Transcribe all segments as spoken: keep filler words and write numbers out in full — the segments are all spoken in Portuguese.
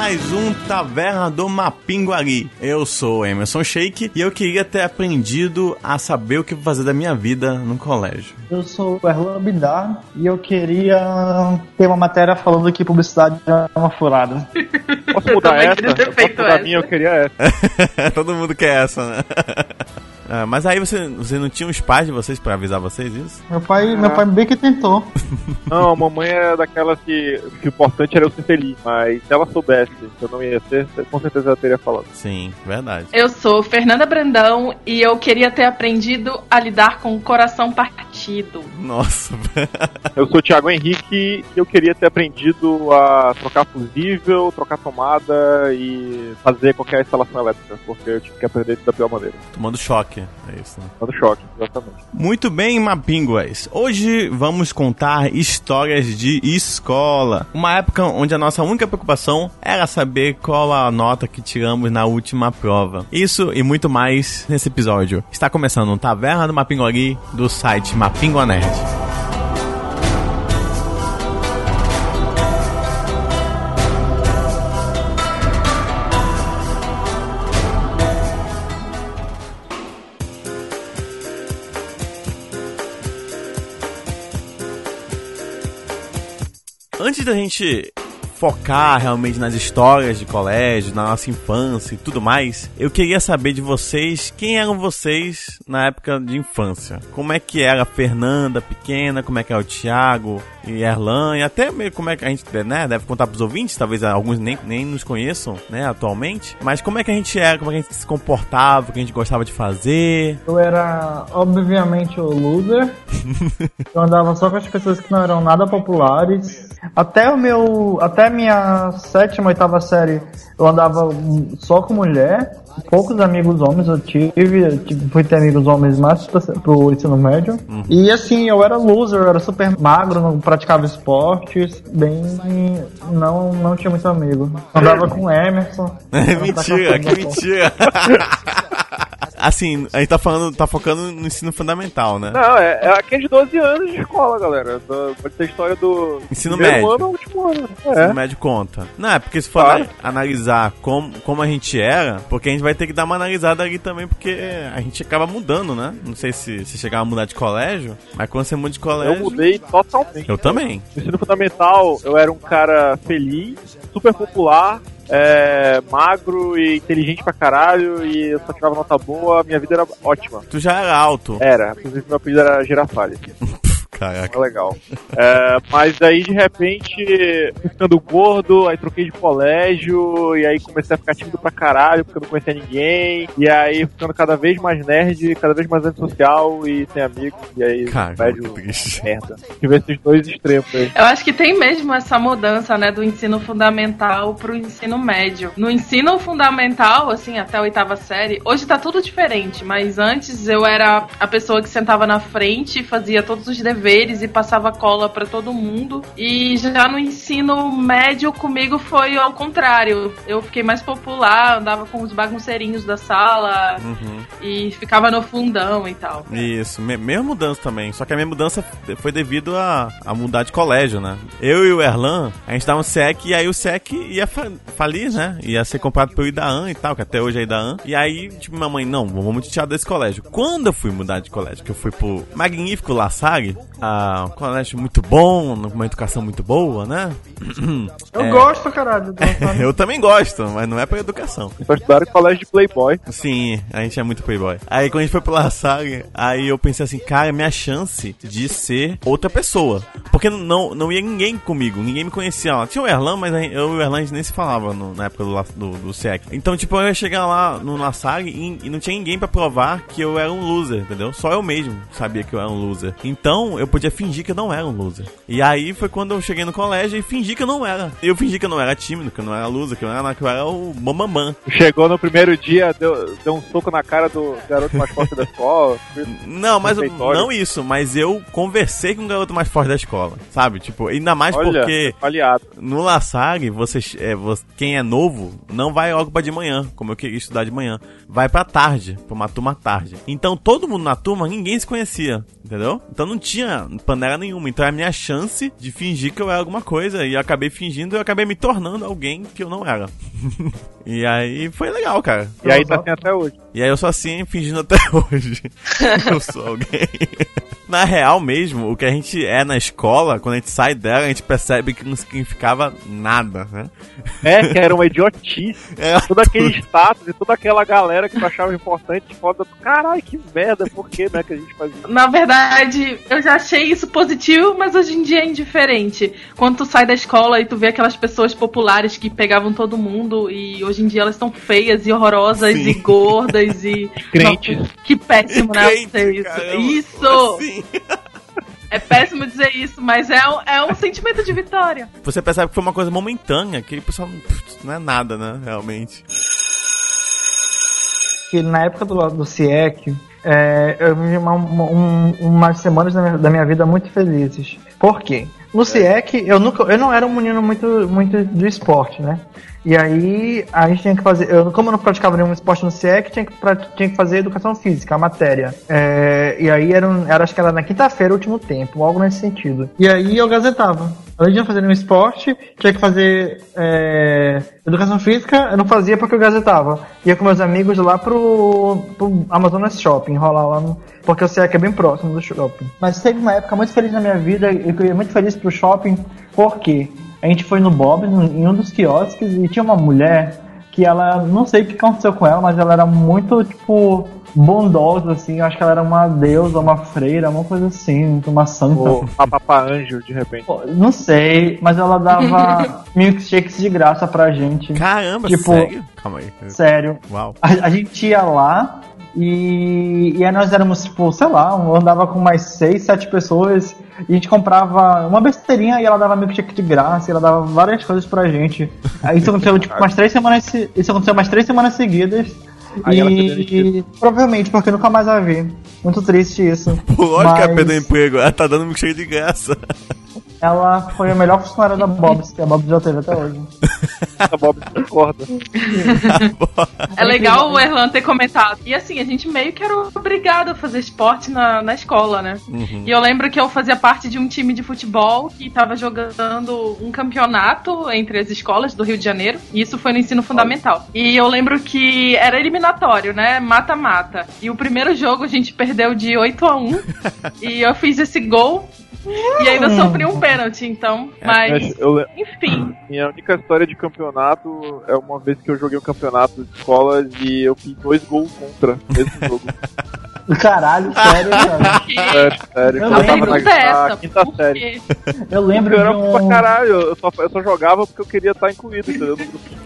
mais um Taverna do Mapinguari. Eu sou Emerson Sheik e eu queria ter aprendido a saber o que fazer da minha vida no colégio. Eu sou o Erlan Bindar e eu queria ter uma matéria falando que publicidade é uma furada. Posso mudar essa? Eu posso mudar a minha, eu queria essa. Todo mundo quer essa, né? Ah, mas aí você, você não tinha os pais de vocês pra avisar vocês isso? Meu pai, ah. meu pai bem que tentou. Não, a mamãe é daquelas que, que o importante era eu ser feliz, mas se ela soubesse que eu não ia ser, com certeza ela teria falado. Sim, verdade. Eu sou Fernanda Brandão e eu queria ter aprendido a lidar com o coração partido. Nossa. Eu sou o Thiago Henrique e eu queria ter aprendido a trocar fusível, trocar tomada e fazer qualquer instalação elétrica, porque eu tive que aprender isso da pior maneira. Tomando choque. É isso, né? Tomando choque, exatamente. Muito bem, Mapinguas. Hoje vamos contar histórias de escola. Uma época onde a nossa única preocupação era saber qual a nota que tiramos na última prova. Isso e muito mais nesse episódio. Está começando o Taverna do Mapinguari do site Mapingua Nerd. Antes da gente focar realmente nas histórias de colégio, na nossa infância e tudo mais, eu queria saber de vocês, quem eram vocês na época de infância? Como é que era a Fernanda pequena, como é que é o Thiago e Erlan, e até meio como é que a gente, né, deve contar pros ouvintes, talvez alguns nem, nem nos conheçam, né, atualmente, mas como é que a gente era, como é que a gente se comportava, o que a gente gostava de fazer? Eu era, obviamente, o loser. Eu andava só com as pessoas que não eram nada populares. Até o meu, até a minha sétima, oitava série, eu andava só com mulher. Poucos amigos homens eu tive, eu tive fui ter amigos homens mais pro ensino médio. Uhum. E assim, eu era loser, eu era super magro, não praticava esportes, bem, não, não tinha muito amigo. Andava com Emerson. Mentira, que mentira. Assim, a gente tá falando, tá focando no ensino fundamental, né? Não, é, é aquele de doze anos de escola, galera. Pode ser a história do ensino médio. Ano ao último ano. É. Ensino médio conta. Não, é porque se for claro. analisar como, como a gente era, porque a gente vai ter que dar uma analisada ali também, porque a gente acaba mudando, né? Não sei se você chegava a mudar de colégio, mas quando você muda de colégio... Eu mudei totalmente. Eu também. No ensino fundamental, eu era um cara feliz, super popular, É, magro e inteligente pra caralho, e eu só tirava nota boa, minha vida era ótima. Tu já era alto? Era, inclusive meu apelido era Girafales. Caraca. Legal. É, mas aí de repente fui ficando gordo, aí troquei de colégio, e aí comecei a ficar tímido pra caralho, porque eu não conhecia ninguém, e aí ficando cada vez mais nerd, cada vez mais antissocial e sem amigos, e aí médio merda. Tive esses dois extremos aí. Eu acho que tem mesmo essa mudança, né, do ensino fundamental pro ensino médio. No ensino fundamental, assim, até a oitava série, hoje tá tudo diferente, mas antes eu era a pessoa que sentava na frente e fazia todos os deveres e passava cola pra todo mundo. E já no ensino médio comigo foi ao contrário. Eu fiquei mais popular, andava com os bagunceirinhos da sala, uhum. e ficava no fundão e tal. Isso, me- mesma mudança também. Só que a minha mudança foi devido a, a mudar de colégio, né? Eu e o Erlan, a gente dava um S E C e aí o S E C ia fa- falir, né? Ia ser comprado pelo Idaan e tal, que até hoje é Idaan. E aí, tipo, minha mãe, não, vamos te tirar desse colégio. Quando eu fui mudar de colégio, que eu fui pro magnífico La Salle, Ah, um colégio muito bom, uma educação muito boa, né? Eu é... gosto, caralho. Eu também gosto, mas não é pra educação. Só estudaram em colégio de Playboy. Sim, a gente é muito Playboy. Aí quando a gente foi pro La Salle, aí eu pensei assim, cara, minha chance de ser outra pessoa. Porque não, não ia ninguém comigo, ninguém me conhecia. Ó, tinha o Erlan, mas eu e o Erlan a gente nem se falava no, na época do, do, do S E C. Então, tipo, eu ia chegar lá no La Salle e, e não tinha ninguém pra provar que eu era um loser, entendeu? Só eu mesmo sabia que eu era um loser. Então, eu podia fingir que eu não era um loser. E aí foi quando eu cheguei no colégio e fingi que eu não era. Eu fingi que eu não era tímido, que eu não era loser, que eu, era, que eu era o mamamã. Chegou no primeiro dia, deu, deu um soco na cara do garoto mais forte da escola. Não, mas eu, não isso, mas eu conversei com o garoto mais forte da escola. escola, sabe? Tipo, ainda mais Olha, porque aliado. no La Salle, você, é, você, quem é novo não vai logo pra de manhã, como eu queria estudar de manhã. Vai pra tarde, pra uma turma tarde. Então todo mundo na turma, ninguém se conhecia, entendeu? Então não tinha panela nenhuma. Então é a minha chance de fingir que eu era alguma coisa. E eu acabei fingindo e eu acabei me tornando alguém que eu não era. E aí foi legal, cara. E aí tá assim até hoje. E aí eu sou assim, fingindo até hoje. Eu sou alguém. Na real mesmo, o que a gente é na escola, quando a gente sai dela, a gente percebe que não significava nada, né? É, que era uma idiotice. É, todo aquele status e toda aquela galera que tu achava importante, foda. Caralho, que merda, por que, né, que a gente fazia? Na verdade, eu já achei isso positivo, mas hoje em dia é indiferente. Quando tu sai da escola e tu vê aquelas pessoas populares que pegavam todo mundo e hoje em dia elas estão feias e horrorosas Sim. e gordas e... Crentes. Não, que péssimo, né? Crente, Dizer isso. caramba, Isso! assim. É péssimo dizer isso, mas é um, é um sentimento de vitória. Você percebe que foi uma coisa momentânea, que o pessoal não é nada, né, realmente. Que na época do, do C I E C, é, eu vivi uma, um, umas semanas da minha, da minha vida muito felizes. Por quê? No C I E C, eu, nunca, eu não era um menino muito, muito do esporte, né? E aí, a gente tinha que fazer... Eu, como eu não praticava nenhum esporte no C I E C, tinha que, pra, tinha que fazer educação física, a matéria. É, e aí, era, um, era, acho que era na quinta-feira, o último tempo, algo nesse sentido. E aí, eu gazetava. Além de não fazer nenhum esporte, tinha que fazer é, educação física, eu não fazia porque eu gazetava. Ia com meus amigos lá pro, pro Amazonas Shopping, rolar lá no... Porque o C I E C é bem próximo do shopping. Mas teve uma época muito feliz na minha vida, eu ia muito feliz pro shopping, porque a gente foi no Bob's, em um dos quiosques, e tinha uma mulher que ela, não sei o que aconteceu com ela, mas ela era muito, tipo, bondosa, assim, eu acho que ela era uma deusa, uma freira, uma coisa assim, uma santa. Ou uma papa anjo, de repente. Não sei, mas ela dava milkshakes de graça pra gente. Caramba, tipo, sério? Calma aí. Sério. Uau. A, a gente ia lá e, e aí nós éramos, tipo, sei lá, eu andava com mais seis, sete pessoas e a gente comprava uma besteirinha e ela dava milkshake de graça, e ela dava várias coisas pra gente. Aí isso aconteceu, tipo, umas três semanas, isso aconteceu umas três semanas seguidas. Aí ela E, e provavelmente, porque eu nunca mais a vi. Muito triste isso. Pô, lógico que ela Mas perdeu o emprego. Ela tá dando milkshake de graça. ela foi a melhor funcionária da Bob's que a Bob's já teve até hoje. A Bob concorda. É legal o Erlan ter comentado. E assim, a gente meio que era obrigado a fazer esporte na, na escola, né? Uhum. E eu lembro que eu fazia parte de um time de futebol que tava jogando um campeonato entre as escolas do Rio de Janeiro. E isso foi no ensino fundamental. E eu lembro que era eliminatório, né? Mata-mata. E o primeiro jogo a gente perdeu de oito a um. E eu fiz esse gol. E ainda sofri um pênalti, então. Mas, Eu, le- enfim. minha única história de campeonato é uma vez que eu joguei um campeonato de escola e eu fiz dois gols contra esse jogo. Caralho, sério, cara. Sério, sério. Eu tava lembro na, dessa, na quinta por série. quê? Eu lembro Eu de era pra um... caralho, eu só, eu só jogava porque eu queria estar incluído, entendeu?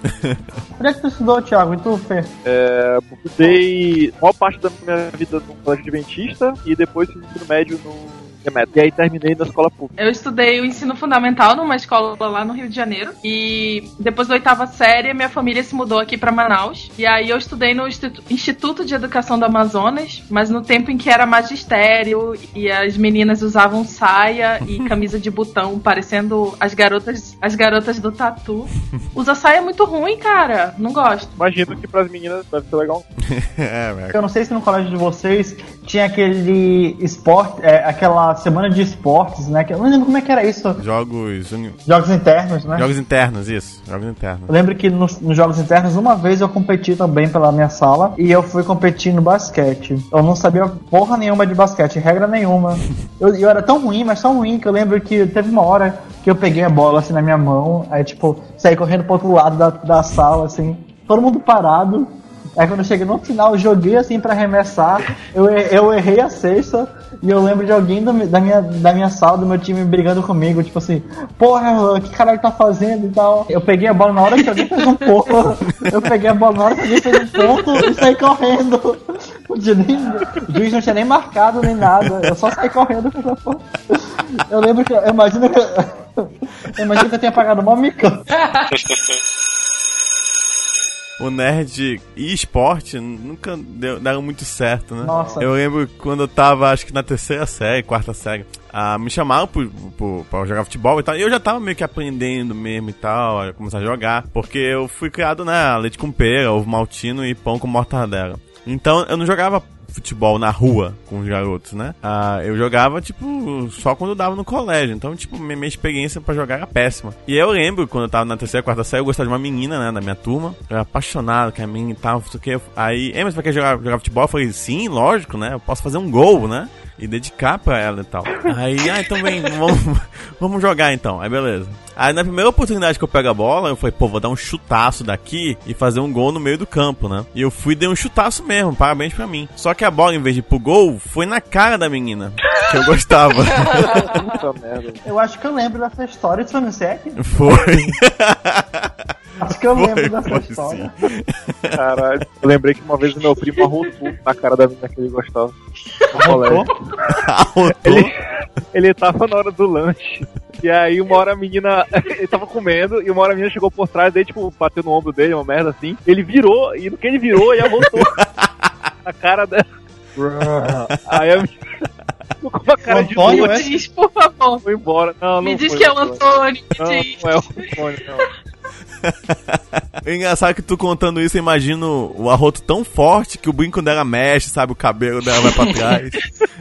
Onde é que tu estudou, Thiago? E tu, Fê? É, eu estudei a maior parte da minha vida no colégio adventista e depois fiz ensino médio no Demetrio. E aí terminei na escola pública. Eu estudei o ensino fundamental numa escola lá no Rio de Janeiro. E depois da oitava série, minha família se mudou aqui pra Manaus. E aí eu estudei no Institu- Instituto de Educação do Amazonas, mas no tempo em que era magistério e as meninas usavam saia e camisa de botão, parecendo as garotas, as garotas do Tatu. Usa saia muito ruim, cara. Não gosto. Imagino que pras meninas deve ser legal. É, velho. Eu não sei se no colégio de vocês tinha aquele esporte, é, aquela semana de esportes, né? Que eu não lembro como é que era isso. Jogos. uni- Jogos internos, né? Jogos internos, isso. Jogos internos. Eu lembro que nos, nos jogos internos, uma vez eu competi também pela minha sala e eu fui competir no basquete. Eu não sabia porra nenhuma de basquete, regra nenhuma. Eu, eu era tão ruim, mas tão ruim, que eu lembro que teve uma hora que eu peguei a bola assim na minha mão, aí tipo, saí correndo pro outro lado da, da sala, assim, todo mundo parado. Aí quando eu cheguei no final, eu joguei assim pra arremessar, eu, eu errei a cesta, e eu lembro de alguém do, da, minha, da minha sala, do meu time, brigando comigo, tipo assim, porra, o que caralho tá fazendo e tal. Eu peguei a bola na hora que alguém fez um ponto, eu peguei a bola na hora que alguém fez um ponto e saí correndo. O juiz, nem, o juiz não tinha nem marcado nem nada, eu só saí correndo. Eu lembro que, eu imagino que, eu imagino que eu tenha pagado uma mica. o nerd e esporte nunca deu, deram muito certo, né? Nossa. Eu lembro quando eu tava, acho que na terceira série, quarta série, ah, me chamaram pro, pro, pra jogar futebol e tal, e eu já tava meio que aprendendo mesmo e tal, a começar a jogar, porque eu fui criado, né, leite com pera, ovo maltino e pão com mortadela. Então eu não jogava futebol na rua com os garotos, né? Ah, eu jogava, tipo, só quando eu dava no colégio. Então, tipo, minha, minha experiência pra jogar era péssima. E eu lembro, quando eu tava na terceira, quarta série, eu gostava de uma menina, né, da minha turma. Eu era apaixonado com a menina e tal, porque aí, é, mas você quer jogar, jogar futebol? Eu falei, sim, lógico, né? Eu posso fazer um gol, né? E dedicar pra ela e tal. Aí, ah, então vem, vamos, vamos jogar então. Aí, beleza. Aí, na primeira oportunidade que eu pego a bola, eu falei, pô, vou dar um chutaço daqui e fazer um gol no meio do campo, né? E eu fui e dei um chutaço mesmo, parabéns pra mim. Só que a bola, em vez de ir pro gol, foi na cara da menina, que eu gostava. Eu acho que eu lembro dessa história, isso foi no S E C? Foi. Acho que eu Foi, lembro dessa foi, história. Caralho, eu lembrei que uma vez o meu primo arrotou na cara da menina que ele gostava. No colégio. Ele, ele tava na hora do lanche. E aí uma hora a menina, ele tava comendo, e uma hora a menina chegou por trás, daí tipo, bateu no ombro dele, uma merda assim. Ele virou, e no que ele virou, ela voltou na cara dela. Aí a menina ficou com a cara de Antônio, dor. é? Me diz, por favor. Foi embora. Não, não Me diz foi, que é o não foi. Antônio. Me Não, diz. não é o Antônio, não. É engraçado que tu contando isso, eu imagino o arroto tão forte que o brinco dela mexe, sabe? O cabelo dela vai pra trás.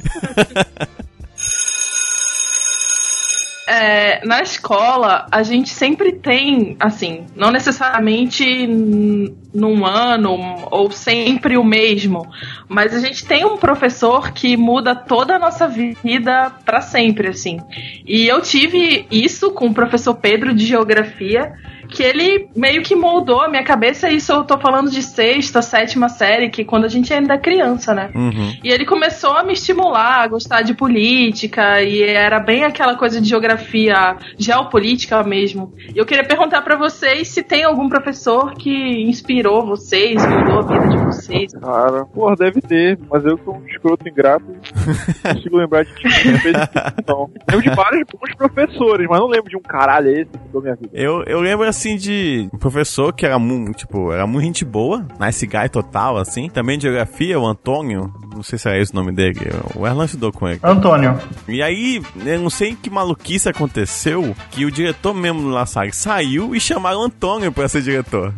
É, na escola, a gente sempre tem, assim, não necessariamente n- num ano ou sempre o mesmo, mas a gente tem um professor que muda toda a nossa vida pra sempre, assim. E eu tive isso com o professor Pedro de Geografia, que ele meio que moldou a minha cabeça. Isso eu tô falando de sexta, sétima série, que quando a gente ainda é criança, né? Uhum. E ele começou a me estimular a gostar de política, e era bem aquela coisa de geografia, geopolítica mesmo. E eu queria perguntar pra vocês se tem algum professor que inspirou vocês, mudou a vida de vocês. Cara, porra, deve ter, mas eu sou um escroto ingrato, não consigo lembrar de tipo de vez não. Lembro de vários bons professores, mas não lembro de um caralho esse que mudou minha vida. Eu, eu lembro, assim, de um professor que era muito, tipo, era muito gente boa, nice guy total, assim. Também de geografia, o Antônio, não sei se era esse o nome dele, o Erlan estudou com ele. Antônio. E aí, eu não sei que maluquice aconteceu, que o diretor mesmo do La Salle saiu e chamaram o Antônio pra ser diretor.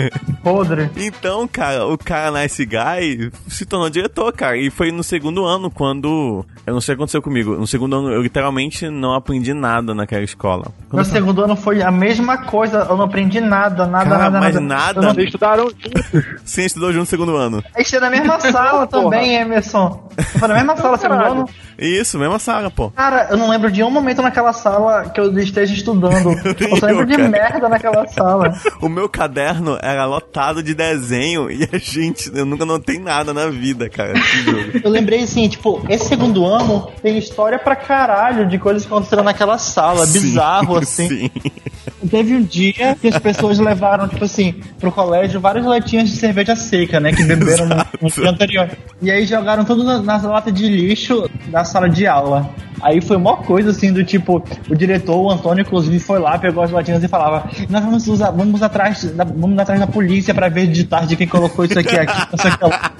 Podre. Então, cara, o cara nice guy se tornou diretor, cara. E foi no segundo ano, quando... Eu não sei o que aconteceu comigo. No segundo ano, eu literalmente não aprendi nada naquela escola. No segundo ano foi a mesma coisa, eu não aprendi nada, nada, Cara, nada, mas nada. nada. Eu não- Vocês estudaram juntos? Sim, estudou junto no segundo ano. A gente é da mesma sala também, Emerson. Foi na mesma sala, segundo Caralho. ano. Isso, mesma sala, pô. Cara, eu não lembro de um momento naquela sala que eu esteja estudando. Eu só lembro de cara. merda naquela sala. O meu caderno era lotado de desenho e a gente, eu nunca notei nada na vida, cara. te juro. Eu lembrei assim, tipo, esse segundo ano tem história pra caralho de coisas que aconteceram naquela sala. Sim, Bizarro, assim. Sim. Teve um dia que as pessoas levaram, tipo assim, pro colégio várias latinhas de cerveja seca, né? Que beberam no, no dia anterior. E aí jogaram tudo na, nas latas de lixo da sala de aula. Aí foi uma coisa assim do tipo, o diretor, o Antônio, inclusive, foi lá, pegou as latinhas e falava: nós vamos usar, vamos atrás da, vamos atrás da polícia pra ver de tarde quem colocou isso aqui aqui, isso aqui lá.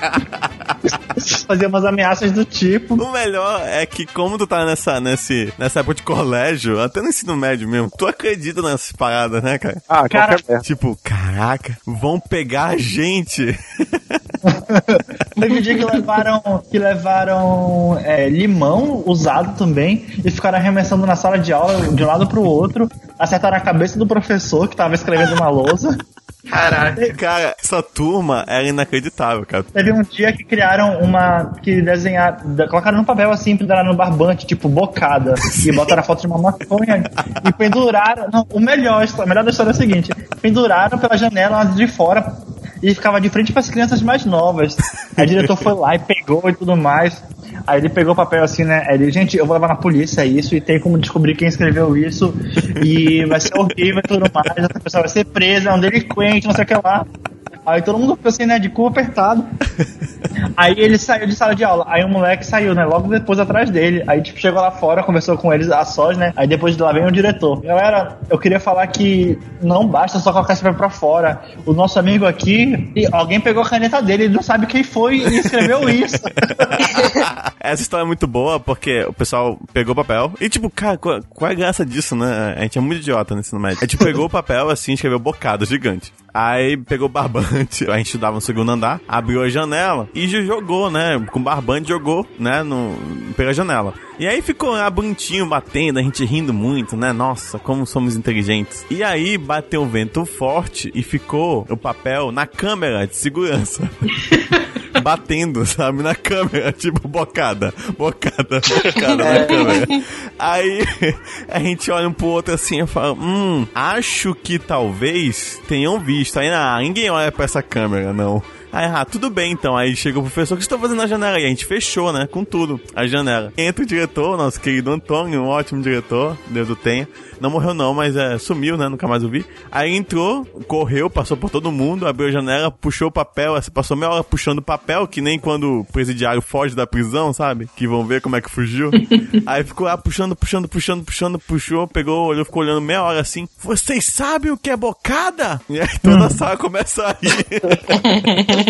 Fazia umas ameaças do tipo. O melhor é que, como tu tá nessa, nesse, nessa época de colégio, até no ensino médio mesmo, tu acredita nessas paradas, né, cara? Ah, Cara, qualquer merda. Tipo, caraca, vão pegar a gente. Teve um dia que levaram, que levaram é, limão usado também e ficaram arremessando na sala de aula de um lado pro outro, acertaram a cabeça do professor que tava escrevendo uma lousa. Caraca. Cara, essa turma era inacreditável, cara. Teve um dia que criaram uma. Que desenharam. Colocaram no papel assim, penduraram no barbante, tipo, bocada. E botaram a foto de uma maconha. E penduraram. Não, o melhor, a melhor da história é o seguinte: penduraram pela janela lá de fora e ficava de frente para as crianças mais novas. Aí o diretor foi lá e pegou e tudo mais. Aí ele pegou o papel assim, né? Aí ele, gente, eu vou levar na polícia isso e tem como descobrir quem escreveu isso. E vai ser horrível e tudo mais. Essa pessoa vai ser presa, é um delinquente, não sei o que lá. Aí todo mundo ficou assim, né, de cu apertado. Aí ele saiu de sala de aula. Aí o moleque saiu, né, logo depois atrás dele. Aí, tipo, chegou lá fora, conversou com eles a sós, né. Aí depois de lá vem o diretor. Galera, eu queria falar que não basta só colocar esse papel pra fora. O nosso amigo aqui, alguém pegou a caneta dele, ele não sabe quem foi e escreveu isso. Essa história é muito boa porque o pessoal pegou o papel e, tipo, cara, qual, qual é a graça disso, né? A gente é muito idiota no ensino médio. A gente pegou o papel assim, escreveu bocado gigante. Aí pegou o barbante, a gente estudava no segundo andar, abriu a janela e jogou, né? Com barbante jogou, né? No, pela janela. E aí ficou lá bonitinho, batendo, a gente rindo muito, né? Nossa, como somos inteligentes. E aí bateu um vento forte e ficou o papel na câmera de segurança. Batendo, sabe, na câmera, tipo, bocada, bocada, bocada na câmera. Aí a gente olha um pro outro assim e fala, hum, acho que talvez tenham visto. Aí, ah, ninguém olha pra essa câmera, não. Aí, ah, tudo bem então. Aí chega o professor, o que você tá fazendo na janela? E a gente fechou, né, com tudo, a janela. Entra o diretor, nosso querido Antônio, um ótimo diretor, Deus o tenha. Não morreu não, mas é, sumiu, né, nunca mais o vi. Aí entrou, correu, passou por todo mundo, abriu a janela, puxou o papel, assim, passou meia hora puxando o papel, que nem quando o presidiário foge da prisão, sabe? Que vão ver como é que fugiu. Aí ficou lá puxando, puxando, puxando, puxando, puxou, pegou, olhou, ficou olhando meia hora assim. Vocês sabem o que é bocada? E aí toda a sala começa a rir.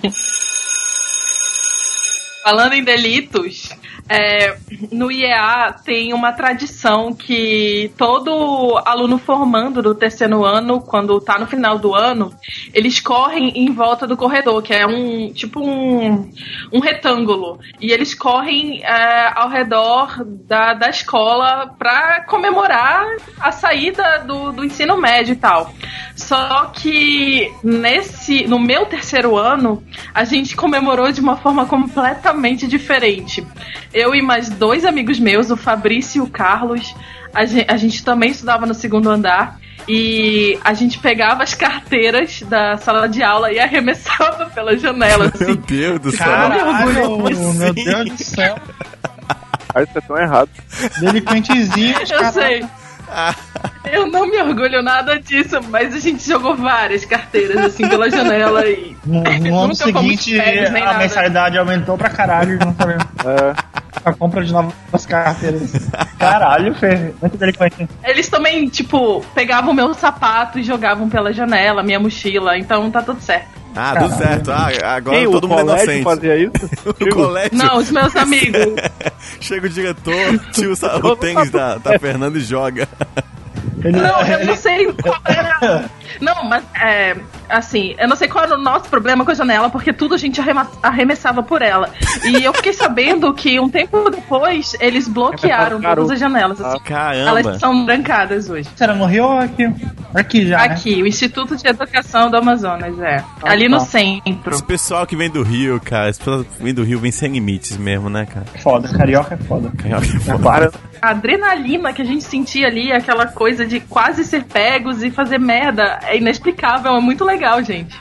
Falando em delitos, é, no I E A tem uma tradição que todo aluno formando do terceiro ano, quando tá no final do ano, eles correm em volta do corredor, que é um tipo um, um retângulo. E eles correm é, ao redor da, da escola pra comemorar a saída do, do ensino médio e tal. Só que nesse, no meu terceiro ano, a gente comemorou de uma forma completamente diferente. Eu e mais dois amigos meus, o Fabrício e o Carlos, a gente, a gente também estudava no segundo andar e a gente pegava as carteiras da sala de aula e arremessava pela janela. Assim. Meu Deus do céu. Caralho, meu Deus do céu. Aí isso é tão errado. Delinquentezinho. Eu sei. Eu não me orgulho nada disso, mas a gente jogou várias carteiras assim pela janela e. No, no ano seguinte, pegos, a nada. Mensalidade aumentou pra caralho, não sabemos. É. A compra de novas carteiras. Caralho, Fê, muito delinquente. Eles também, tipo, pegavam meu sapato e jogavam pela janela, minha mochila, então tá tudo certo. Ah, tudo certo. Ah, agora Quem, todo o mundo é colégio inocente. Fazia isso? O colégio. Não, os meus amigos. Chega o diretor, tira o, o tênis da, da Fernanda e joga. Ele, não, eu ele... não sei qual era. Não, mas é, assim, eu não sei qual era o nosso problema com a janela, porque tudo a gente arremessava por ela. E eu fiquei sabendo que um tempo depois eles bloquearam todas as janelas. Assim. Caramba! Elas são trancadas hoje. Será no Rio ou aqui? Aqui já. Aqui, né? O Instituto de Educação do Amazonas, é. Ah, ali tá. No centro. Esse pessoal que vem do Rio, cara, esse pessoal que vem do Rio vem sem limites mesmo, né, cara? Foda, carioca é foda. Carioca é foda. A adrenalina que a gente sentia ali, aquela coisa de quase ser pegos e fazer merda, é inexplicável, é muito legal, gente.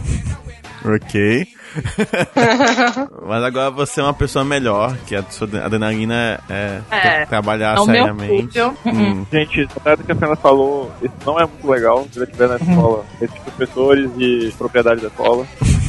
Ok. Mas agora você é uma pessoa melhor, que a sua adrenalina é, é trabalhar é seriamente. Hum. Gente, apesar do que a Fernanda falou, isso não é muito legal se já estiver na escola, esses professores e propriedade da escola.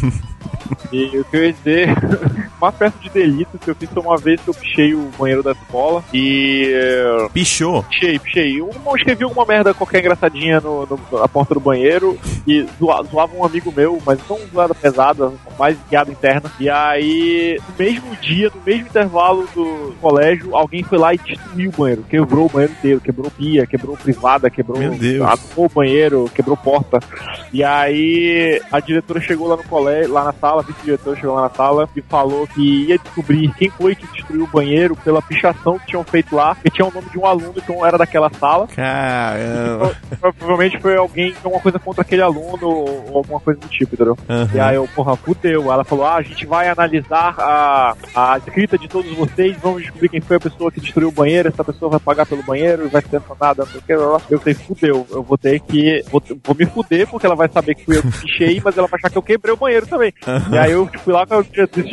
E o que eu ia dizer, uma peça de delito que eu fiz foi uma vez que eu pichei o banheiro da escola e... Pichou? Pichei, pichei. Eu escrevi alguma merda qualquer engraçadinha no, no, na porta do banheiro e zoava, zoava um amigo meu, mas não zoada pesada, mais piada interna. E aí, no mesmo dia, no mesmo intervalo do colégio, alguém foi lá e destruiu o banheiro. Quebrou o banheiro inteiro, quebrou pia, quebrou privada, quebrou o banheiro, quebrou porta. E aí, a diretora chegou lá no colégio, lá na sala, a vice-diretora chegou lá na sala e falou que ia descobrir quem foi que destruiu o banheiro pela pichação que tinham feito lá, que tinha o nome de um aluno que não era daquela sala. Caramba. Então, provavelmente foi alguém que tem alguma coisa contra aquele aluno ou, ou alguma coisa do tipo, entendeu? Uhum. E aí eu, porra, fudeu. Ela falou, ah, a gente vai analisar a, a escrita de todos vocês, vamos descobrir quem foi a pessoa que destruiu o banheiro, essa pessoa vai pagar pelo banheiro e vai ser sancionada, não sei o que. Eu falei, fudeu, eu vou ter que, vou, vou me fuder, porque ela vai saber que fui eu que pichei, mas ela vai achar que eu quebrei o banheiro também. Uhum. E aí eu fui lá com o diretor e falei,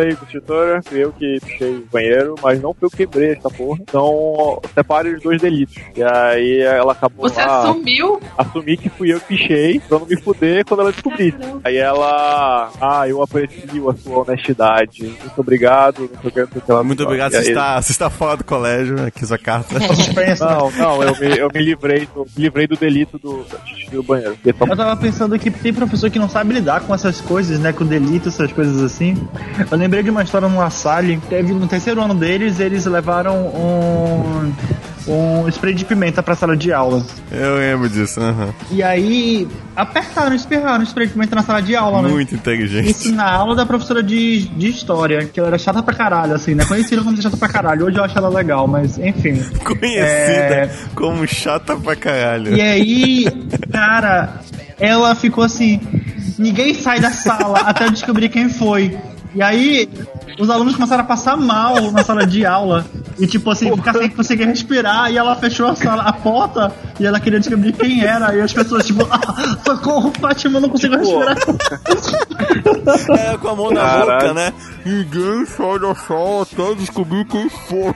aí, construtora, fui eu que pichei o banheiro, mas não fui eu que quebrei essa porra. Então, separe os dois delitos. E aí ela acabou Você lá... assumiu? Assumi que fui eu que pichei, pra não me fuder quando ela descobrisse. Aí ela... Ah, eu aprecio a sua honestidade. Muito obrigado. Não sei o que, não sei o que ela Muito obrigado, você está, você está fora do colégio, aqui sua carta. Não, não, eu me, eu me livrei do, me livrei do delito do, do banheiro. Eu tava pensando que tem professor que não sabe lidar com essas coisas, né, com delito, essas coisas assim. Eu lembrei de uma história no La Salle, teve no terceiro ano deles, eles levaram um... um spray de pimenta pra sala de aula. Eu lembro disso, aham. Uhum. E aí, apertaram, espirraram spray de pimenta na sala de aula, né? Muito inteligente. Isso na aula da professora de, de história, que ela era chata pra caralho, assim, né? Conhecida como chata pra caralho. Hoje eu acho ela legal, mas enfim. Conhecida é... como chata pra caralho. E aí, cara, ela ficou assim, ninguém sai da sala até eu descobrir quem foi. E aí, os alunos começaram a passar mal na sala de aula. E tipo assim, ficar sem conseguir respirar. E ela fechou a sala, a porta. E ela queria descobrir quem era. E as pessoas tipo, ah, socorro, Fátima, eu não consigo respirar. É, com a mão na Caralho. boca, né? Ninguém sai da sala até descobrir quem foi.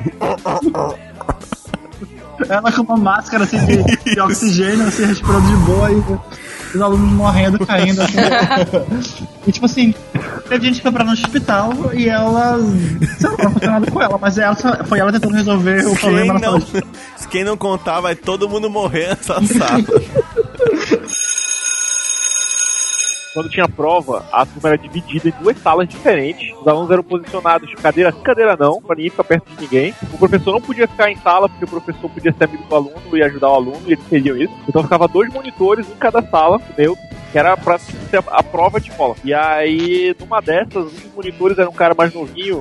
Ela com uma máscara assim de, de oxigênio, assim, respirando de boa. E os alunos morrendo, caindo, assim. E tipo assim, teve gente que foi pra no hospital e ela, sei lá, não aconteceu nada com ela, mas ela, foi ela tentando resolver o quem problema na não, sala. Quem não contar, vai todo mundo morrer nessa sala. Quando tinha prova, a turma era dividida em duas salas diferentes. Os alunos eram posicionados cadeira sim, cadeira não, pra ninguém ficar perto de ninguém. O professor não podia ficar em sala, porque o professor podia ser amigo do aluno e ajudar o aluno, e eles queriam isso. Então ficava dois monitores em cada sala, meu, que era pra ser a, a prova de escola. E aí, numa dessas, um dos monitores era um cara mais novinho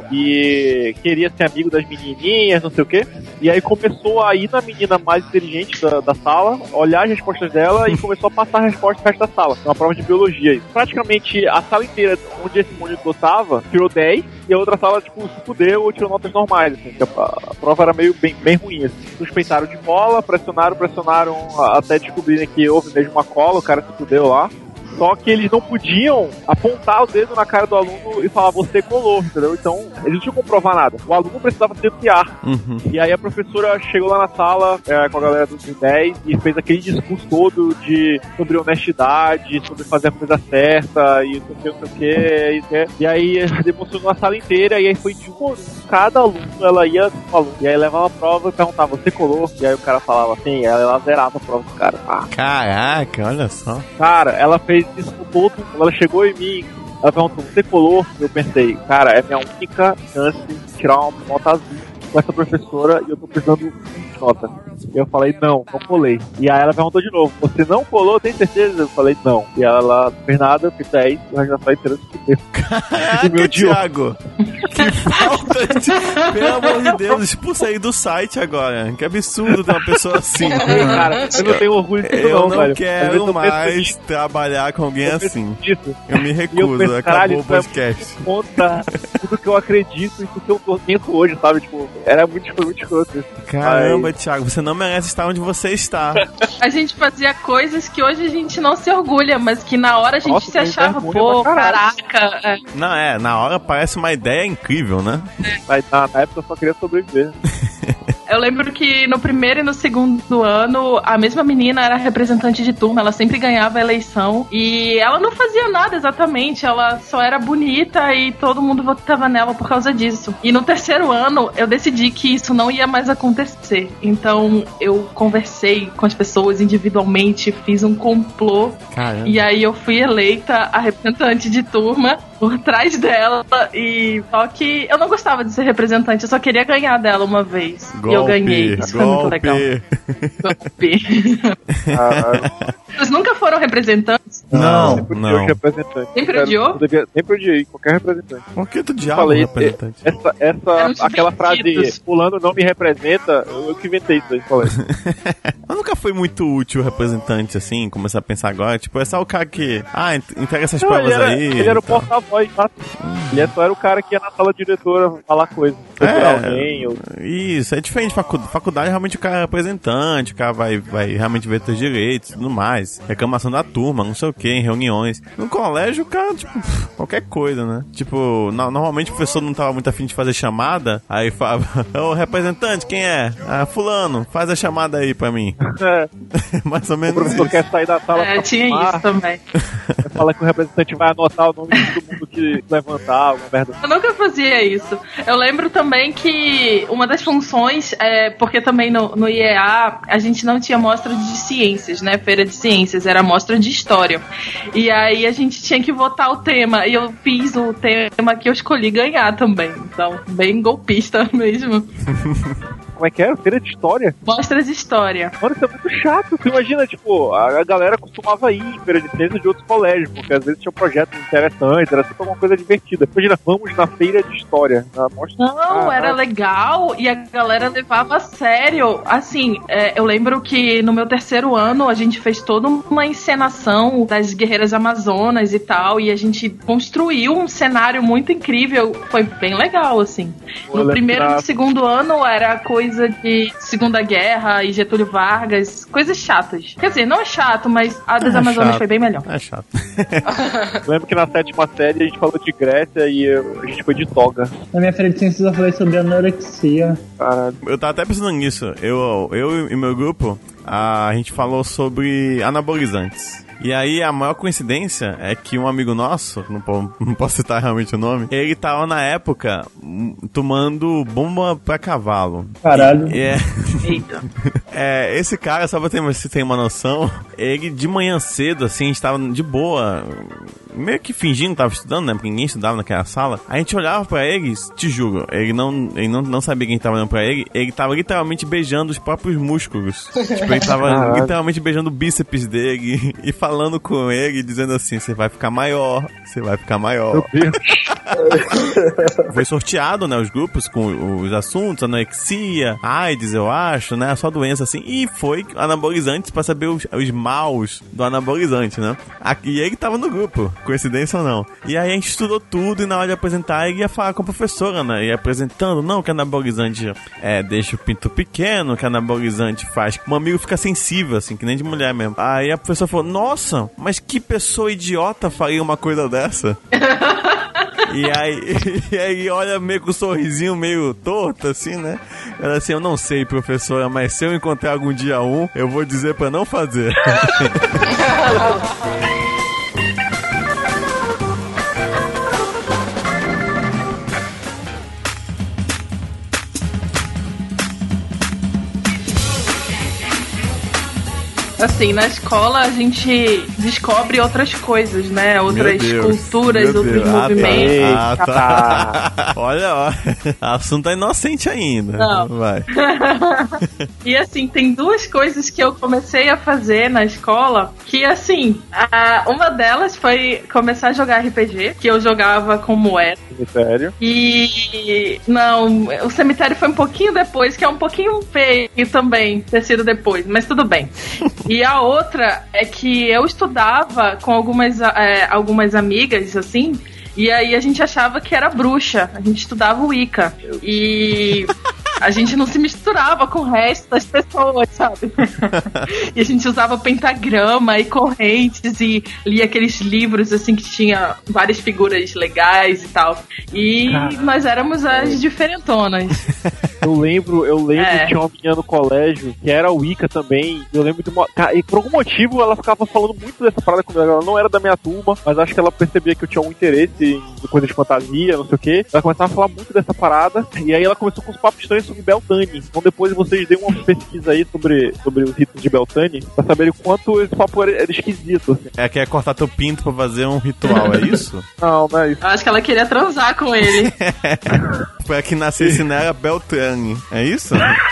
e queria ser amigo das menininhas, não sei o quê. E aí começou a ir na menina mais inteligente da, da sala, olhar as respostas dela e começou a passar a resposta pro resto da sala. Uma prova de biologia aí. Praticamente a sala inteira onde esse monitor tava tirou dez e a outra sala, tipo, se fudeu ou tirou notas normais, assim. A, a prova era meio bem, bem ruim, assim. Suspeitaram de cola, pressionaram, pressionaram até descobrirem que houve mesmo uma cola, o cara se fudeu lá. Só que eles não podiam apontar o dedo na cara do aluno e falar, você colou, entendeu? Então, eles não tinham como provar nada. O aluno precisava denunciar. Uhum. E aí a professora chegou lá na sala é, com a galera dos dez e fez aquele discurso todo de, sobre honestidade, sobre fazer a coisa certa e não sei o que, e, e aí demonstrou a sala inteira e aí foi de um por um, cada aluno, ela ia com o aluno. E aí levava a prova e perguntava, você colou? E aí o cara falava assim, ela, ela zerava a prova do cara. Ah. Caraca, olha só. Cara, ela fez isso todo, quando ela chegou em mim, ela perguntou, você colou? Eu pensei, cara, é minha única chance de tirar uma nota azul com essa professora e eu tô precisando de nota. E eu falei, não, não colei. E aí ela perguntou de novo, você não colou, tem certeza? Eu falei, não. E ela não fez nada, eu fiz dez, e o resto da sala inteira se fudeu. Caraca, Thiago! Que falta de... Pelo amor de Deus, expulsa aí do site agora. Que absurdo ter uma pessoa assim. Cara, eu não tenho orgulho disso eu não, não velho. quero eu mais trabalhar com alguém eu assim. Disso. Eu me recuso, eu penso, acabou o podcast. É conta tudo que eu acredito e tudo que eu penso hoje, sabe? Tipo, era muito, muito escroto isso. Caramba, Mas... Thiago, você não merece estar onde você está. A gente fazia coisas que hoje a gente não se orgulha, mas que na hora a gente Nossa, se achava, pô, caraca. É. Não, é, na hora parece uma ideia incrível, né? Mas na, na época eu só queria sobreviver. Eu lembro que no primeiro e no segundo ano, a mesma menina era representante de turma, ela sempre ganhava a eleição e ela não fazia nada exatamente, ela só era bonita e todo mundo votava nela por causa disso. E no terceiro ano, eu decidi que isso não ia mais acontecer. Então, eu conversei com as pessoas individualmente, fiz um complô. Caramba. E aí eu fui eleita a representante de turma por trás dela e só que eu não gostava de ser representante, eu só queria ganhar dela uma vez. Golpe, e eu ganhei. Isso golpe. foi muito legal. Golpe. Ah, vocês nunca foram representantes? Não, sempre não. Sempre representante. Sempre odiou? Sempre odiei qualquer representante. Por que tu odiava falei, representante? Essa, essa, aquela frase, fulano não me representa, eu que inventei isso aí, falei. Eu nunca fui muito útil representante, assim, começar a pensar agora. Tipo, é só o cara que, ah, entrega essas não, provas ele era, aí. Ele era o porta-voz, tá? Ele só era o cara que ia na sala diretora falar coisa. É, alguém, ou... Isso, é diferente. Faculdade, faculdade realmente o cara é representante, o cara vai, vai realmente ver seus direitos e tudo mais. Reclamação da turma, não sei o que, em reuniões. No colégio, o cara, tipo, qualquer coisa, né? Tipo, no, normalmente o professor não tava muito afim de fazer chamada, aí falava, ô representante, quem é? Ah, fulano, faz a chamada aí pra mim. É. Mais ou menos O professor isso. quer sair da sala É, pra tinha fumar, isso também. fala que o representante vai anotar o nome de todo mundo que levantar, alguma merda. Eu nunca fazia isso. Eu lembro também que uma das funções, é, porque também no, no I E A a gente não tinha mostra de ciências, né? Feira de ciências, era mostra de história. E aí a gente tinha que votar o tema. E eu fiz o tema que eu escolhi ganhar também. Então, bem golpista mesmo. Como é que era? Feira de história? Mostra de história. Mano, isso é muito chato. Tu imagina, tipo, a, a galera costumava ir em feira de ciências de outros colégios, porque às vezes tinha projetos interessantes, era sempre alguma coisa divertida. Imagina, vamos na feira de história. Na mostra... Não, ah, era ah. legal e a galera levava a sério. Assim, é, eu lembro que no meu terceiro ano a gente fez toda uma encenação das guerreiras amazonas e tal, e a gente construiu um cenário muito incrível. Foi bem legal, assim. Vou No primeiro e lembrar. no segundo ano era coisa de Segunda Guerra e Getúlio Vargas, coisas chatas. Quer dizer, não é chato, mas a das É Amazonas chato. foi bem melhor. É chato. Lembro que na sétima série a gente falou de Grécia e eu- a gente foi de toga. Na minha feira de ciências eu falei sobre anorexia. Caralho. Eu tava até pensando nisso. Eu, eu e meu grupo, a gente falou sobre anabolizantes. E aí, a maior coincidência é que um amigo nosso, não, po- não posso citar realmente o nome, ele tava na época hum, tomando bomba pra cavalo. Caralho. E é, Eita. é, esse cara, só pra ter, você ter uma noção, ele de manhã cedo, assim, a gente tava de boa, meio que fingindo que tava estudando, né? Porque ninguém estudava naquela sala. A gente olhava pra ele, te juro, ele não, ele não, não sabia quem tava olhando pra ele, ele tava literalmente beijando os próprios músculos. Tipo, ele tava Caralho. literalmente beijando o bíceps dele e falando com ele, dizendo assim, você vai ficar maior, você vai ficar maior. Meu Deus. Foi sorteado, né, os grupos com os assuntos, anorexia, AIDS, eu acho, né, só doença assim, e foi anabolizantes pra saber os, os maus do anabolizante, né. Aqui, e ele tava no grupo, coincidência ou não. E aí a gente estudou tudo e na hora de apresentar ele ia falar com a professora, né, ia apresentando, não, que anabolizante é, deixa o pinto pequeno, que anabolizante faz que o amigo fica sensível, assim, que nem de mulher mesmo. Aí a professora falou, nossa, mas que pessoa idiota faria uma coisa dessa? E aí, e aí olha meio com um sorrisinho meio torto, assim, né? Ela assim, eu não sei, professora, mas se eu encontrar algum dia um, eu vou dizer pra não fazer. Assim, na escola a gente descobre outras coisas, né? Outras Meu Deus, culturas, meu outros Deus. Ah, tá. movimentos. Ah, tá. Olha, ó, o assunto é inocente ainda. Não. Vai. E assim, tem duas coisas que eu comecei a fazer na escola que, assim, a- uma delas foi começar a jogar R P G, que eu jogava com moeda. Sério? E não, o cemitério foi um pouquinho depois, que é um pouquinho feio também ter sido depois, mas tudo bem. E a outra é que eu estudava com algumas, é, algumas amigas, assim, e aí a gente achava que era bruxa. A gente estudava o Wicca. E a gente não se misturava com o resto das pessoas, sabe? E a gente usava pentagrama e correntes e lia aqueles livros, assim, que tinha várias figuras legais e tal. E Caramba. nós éramos as diferentonas. Eu lembro, eu lembro É. que tinha uma menina no colégio que era Wicca também. Eu lembro de uma. Cara, e por algum motivo ela ficava falando muito dessa parada comigo. Ela não era da minha turma, mas acho que ela percebia que eu tinha um interesse em coisa de fantasia, não sei o quê. Ela começava a falar muito dessa parada. E aí ela começou com uns papos estranhos sobre Beltane. Então depois vocês deem uma pesquisa aí sobre, sobre os ritos de Beltane pra saberem o quanto esse papo era, era esquisito, assim. É, quer cortar teu pinto pra fazer um ritual, é isso? Não, não é isso. Eu acho que ela queria transar com ele. Foi a que nascesse nela Beltrane, é isso?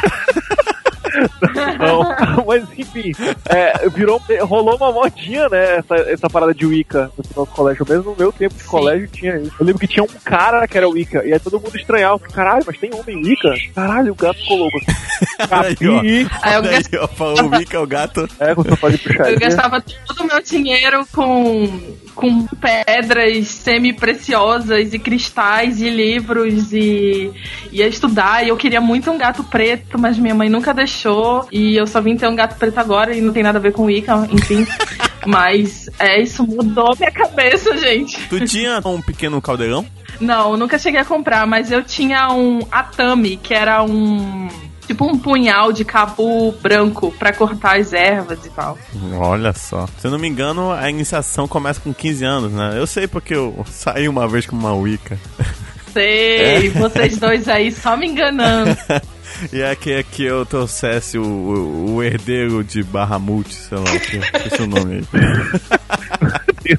Não, mas enfim, é, virou, rolou uma modinha, né? Essa, essa parada de Wicca no nosso colégio. Mesmo no meu tempo de Sim. colégio tinha isso. Eu lembro que tinha um cara que era Wicca, e aí todo mundo estranhava. Caralho, mas tem homem Wicca? Caralho, o gato ficou louco. Aí, ó. Capi, Aí eu, Olha aí, ó, falou o Wicca, o gato. é, você pode puxar eu ele. gastava todo o meu dinheiro com, com pedras semi-preciosas e cristais e livros e ia estudar. E eu queria muito um gato preto, mas minha mãe nunca deixou. E eu só vim ter um gato preto agora e não tem nada a ver com Wicca, enfim. Mas é, isso mudou minha cabeça, gente. Tu tinha um pequeno caldeirão? Não, nunca cheguei a comprar, mas eu tinha um Atami, que era um... tipo um punhal de cabo branco pra cortar as ervas e tal. Olha só. Se eu não me engano, a iniciação começa com quinze anos, né? Eu sei porque eu saí uma vez com uma Wicca. Sei, é? Vocês dois aí só me enganando. E aqui é que eu trouxesse o, o, o herdeiro de Bahamut, sei lá, que esse é o nome aí.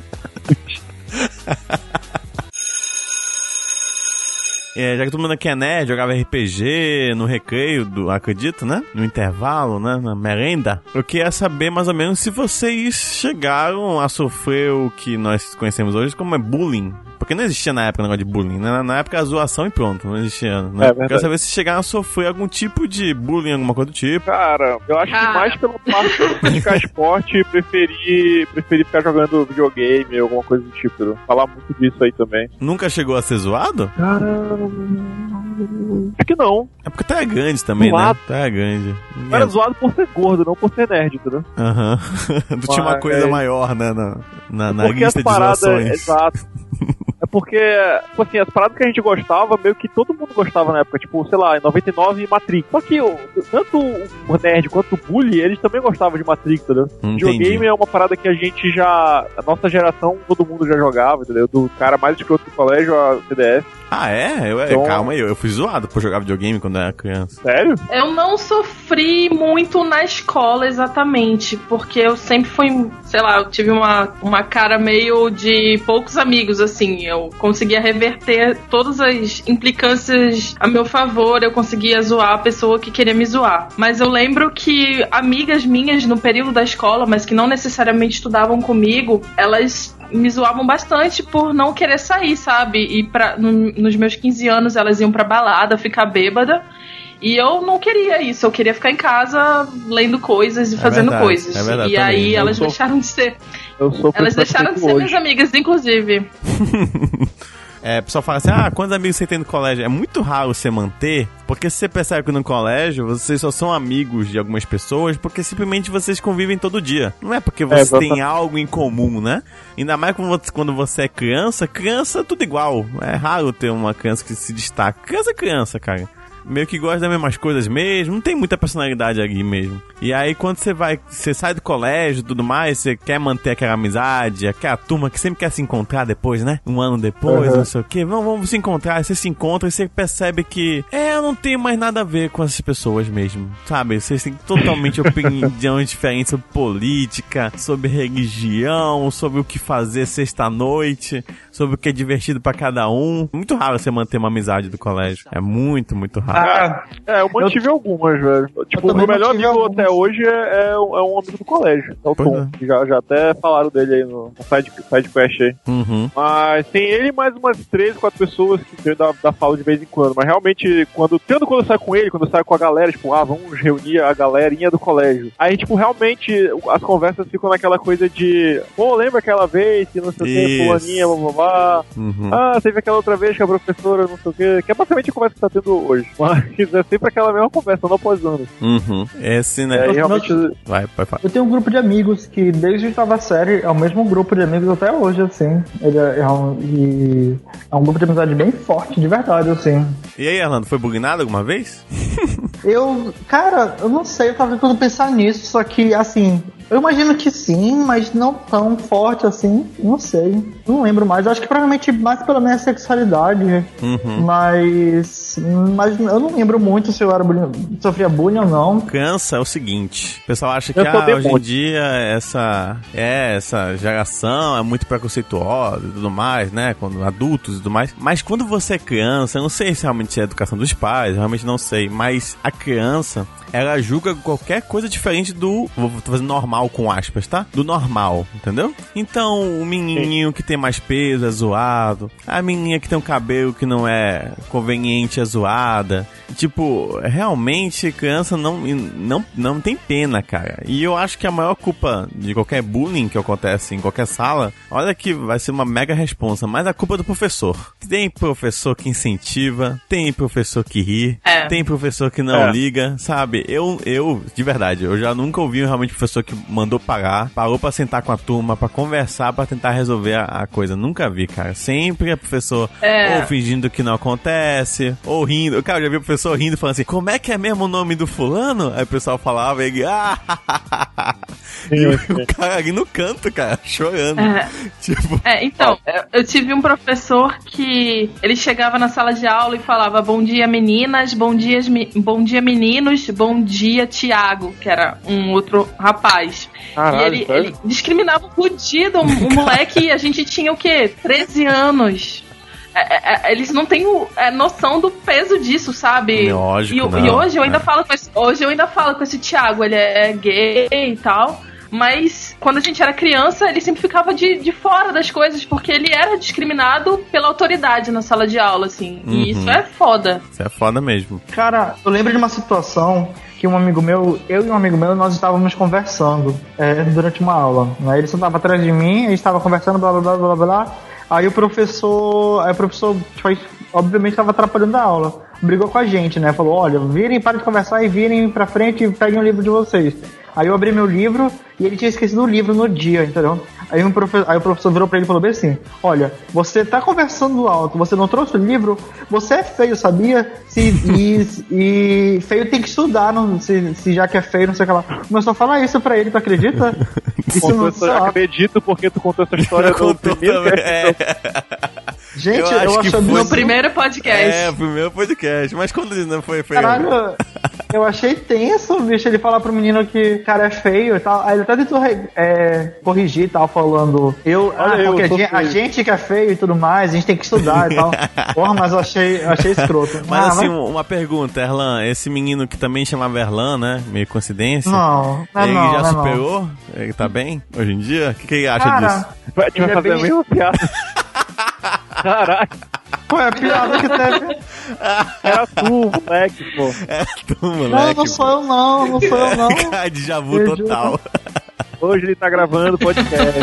É, já que todo mundo aqui é nerd, jogava R P G no recreio, do, acredito, né? No intervalo, né? Na merenda. Eu queria saber mais ou menos se vocês chegaram a sofrer o que nós conhecemos hoje como é bullying. Porque não existia na época o negócio de bullying, né? Na época a zoação e pronto, não existia, né? É, quero saber se chegaram a sofrer algum tipo de bullying, alguma coisa do tipo. Cara, eu acho que mais pela parte de praticar esporte, preferi, preferi ficar jogando videogame, alguma coisa do tipo. Eu falar muito disso aí também. Nunca chegou a ser zoado? Cara, acho que não. É porque tu é grande também, zoado, né? Tu é grande. Eu era zoado por ser gordo, não por ser nerd, entendeu? Aham. Uhum. Tu tinha uma coisa é... maior, né? Na, na, na porque lista as paradas, de zoações. Exato. É porque, tipo assim, as paradas que a gente gostava, meio que todo mundo gostava na época, tipo, sei lá, em noventa e nove Matrix. Só que o, tanto o nerd quanto o bully, eles também gostavam de Matrix, entendeu? Videogame é uma parada que a gente já, a nossa geração, todo mundo já jogava, entendeu? Do cara mais escroto do colégio a C D F. Ah, é? Eu, então... Calma aí, eu, eu fui zoado por jogar videogame quando eu era criança. Sério? Eu não sofri muito na escola exatamente, porque eu sempre fui, sei lá, eu tive uma, uma cara meio de poucos amigos, assim. Eu conseguia reverter todas as implicâncias a meu favor, eu conseguia zoar a pessoa que queria me zoar. Mas eu lembro que amigas minhas no período da escola, mas que não necessariamente estudavam comigo, elas me zoavam bastante por não querer sair, sabe? E pra, no, nos meus quinze anos elas iam pra balada, ficar bêbada. E eu não queria isso, eu queria ficar em casa lendo coisas e é fazendo verdade, coisas. É verdade, e aí também. Elas sou... deixaram de ser. Eu sou elas deixaram de ser hoje. Minhas amigas, inclusive. É, o pessoal fala assim, ah, quantos amigos você tem no colégio? É muito raro você manter, porque você percebe que no colégio vocês só são amigos de algumas pessoas porque simplesmente vocês convivem todo dia. Não é porque você é, tem algo em comum, né? Ainda mais quando você é criança, criança é tudo igual. É raro ter uma criança que se destaca. Criança é criança, cara. Meio que gosta das mesmas coisas mesmo, não tem muita personalidade ali mesmo. E aí quando você vai, você sai do colégio e tudo mais, você quer manter aquela amizade, aquela turma que sempre quer se encontrar depois, né? Um ano depois, uhum. Não sei o quê, vamos, vamos se encontrar, você se encontra e você percebe que, é, eu não tenho mais nada a ver com essas pessoas mesmo, sabe? Vocês têm totalmente opiniões diferentes sobre política, sobre religião, sobre o que fazer sexta-noite, sobre o que é divertido pra cada um. Muito raro você manter uma amizade do colégio, é muito, muito raro. Ah, é, eu mantive eu, algumas, velho. Tipo, o meu melhor amigo algumas. Até hoje é, é, um, é um amigo do colégio, é o Tom. É. Já, já até falaram dele aí no, no side, side quest aí. Uhum. Mas tem ele e mais umas três, quatro pessoas que eu da, da falo de vez em quando. Mas realmente, quando, tanto quando eu saio com ele, quando eu saio com a galera, tipo, ah, vamos reunir a galerinha do colégio. Aí, tipo, realmente, as conversas ficam naquela coisa de, pô, lembra aquela vez que não sei o que, fulaninha, blá blá blá. Uhum. Ah, teve aquela outra vez que a professora, não sei o que. Que é basicamente a conversa que tá tendo hoje. Mas é sempre aquela mesma conversa, não após anos. Uhum. Esse, né? É, realmente... Vai, vai, vai. Eu tenho um grupo de amigos que desde a oitava série é o mesmo grupo de amigos até hoje, assim. Ele é, é, um, e é um grupo de amizade bem forte, de verdade, assim. E aí, Orlando, foi bugnado alguma vez? Eu, cara, eu não sei, eu tava tentando pensar nisso, só que, assim, eu imagino que sim, mas não tão forte assim, não sei, não lembro mais. Eu acho que provavelmente mais pela minha sexualidade, uhum. mas, mas eu não lembro muito se eu era bullying, sofria bullying ou não. Cansa é o seguinte, o pessoal acha que ah, hoje em dia essa, é, essa geração é muito preconceituosa e tudo mais, né, quando adultos e tudo mais, mas quando você é criança, eu não sei se realmente é a educação dos pais, realmente não sei, mas a criança, ela julga qualquer coisa diferente do, vou fazendo normal com aspas, tá? Do normal, entendeu? Então, o menininho que tem mais peso é zoado, a menininha que tem um cabelo que não é conveniente é zoada. Tipo, realmente criança não, não, não tem pena, cara. E eu acho que a maior culpa de qualquer bullying que acontece em qualquer sala, olha que vai ser uma mega responsa, mas a culpa é do professor. Tem professor que incentiva, tem professor que ri, é. tem professor que não é. liga, sabe? Eu, eu, de verdade, eu já nunca ouvi realmente professor que mandou parar, parou pra sentar com a turma, pra conversar, pra tentar resolver a, a coisa. Nunca vi, cara. Sempre é professor é. ou fingindo que não acontece, ou rindo. Cara, eu já vi o professor rindo, falando assim, como é que é mesmo o nome do fulano? Aí o pessoal falava, e ele, ah, e o, o cara ali no canto, cara, chorando. É. Tipo, é, então, eu tive um professor que ele chegava na sala de aula e falava, bom dia meninas, bom dia, bom dia meninos, bom dia Tiago, que era um outro rapaz. Caralho, e ele, ele discriminava o fudido, um moleque, e a gente tinha o quê? treze anos. É, é, eles não têm o, é, noção do peso disso, sabe? Lógico, e, não. e hoje eu ainda é. falo com esse, hoje eu ainda falo com esse Thiago, ele é gay e tal, mas quando a gente era criança, ele sempre ficava de, de fora das coisas, porque ele era discriminado pela autoridade na sala de aula, assim. Uhum. E isso é foda. Isso é foda mesmo. Cara, eu lembro de uma situação que um amigo meu, eu e um amigo meu, nós estávamos conversando é, durante uma aula. Né? Ele sentava atrás de mim, a gente estava conversando, blá blá blá blá blá. Aí o professor, aí o professor, obviamente, estava atrapalhando a aula. Brigou com a gente, né? Falou, olha, virem, parem de conversar e virem pra frente e peguem o livro de vocês. Aí eu abri meu livro e ele tinha esquecido o livro no dia, entendeu? Aí, um profe... Aí o professor virou pra ele e falou bem assim, olha, você tá conversando alto, você não trouxe o livro, você é feio, sabia? Se... e... e feio tem que estudar, não... se... se já que é feio, não sei o que lá. Começou a falar isso pra ele, tu acredita? Isso não eu acredito porque tu contou essa história do primeiro é. Gente, eu, eu acho que no no primeiro podcast. É, o primeiro podcast. Mas quando não foi feio? Caralho, eu achei tenso, bicho, ele falar pro menino que o cara é feio e tal. Aí ele até tentou é, corrigir e tal, falando. Eu, ah, eu, porque eu a, a gente que é feio e tudo mais, a gente tem que estudar e tal. Porra, mas eu achei, eu achei escroto. Mas ah, assim, mas... uma pergunta, Erlan, esse menino que também chamava Erlan, né? Meio coincidência. Não, não ele não, já não, superou? Não. Ele tá bem hoje em dia? O que, que ele acha cara, disso? Vai, vai fazer bem... a mesma piada. Caralho. Pô, é a piada que teve. Era tu, moleque, pô. É tu, moleque. Não, não sou eu não, não sou eu não. Cara, déjà vu total. Hoje ele tá gravando podcast.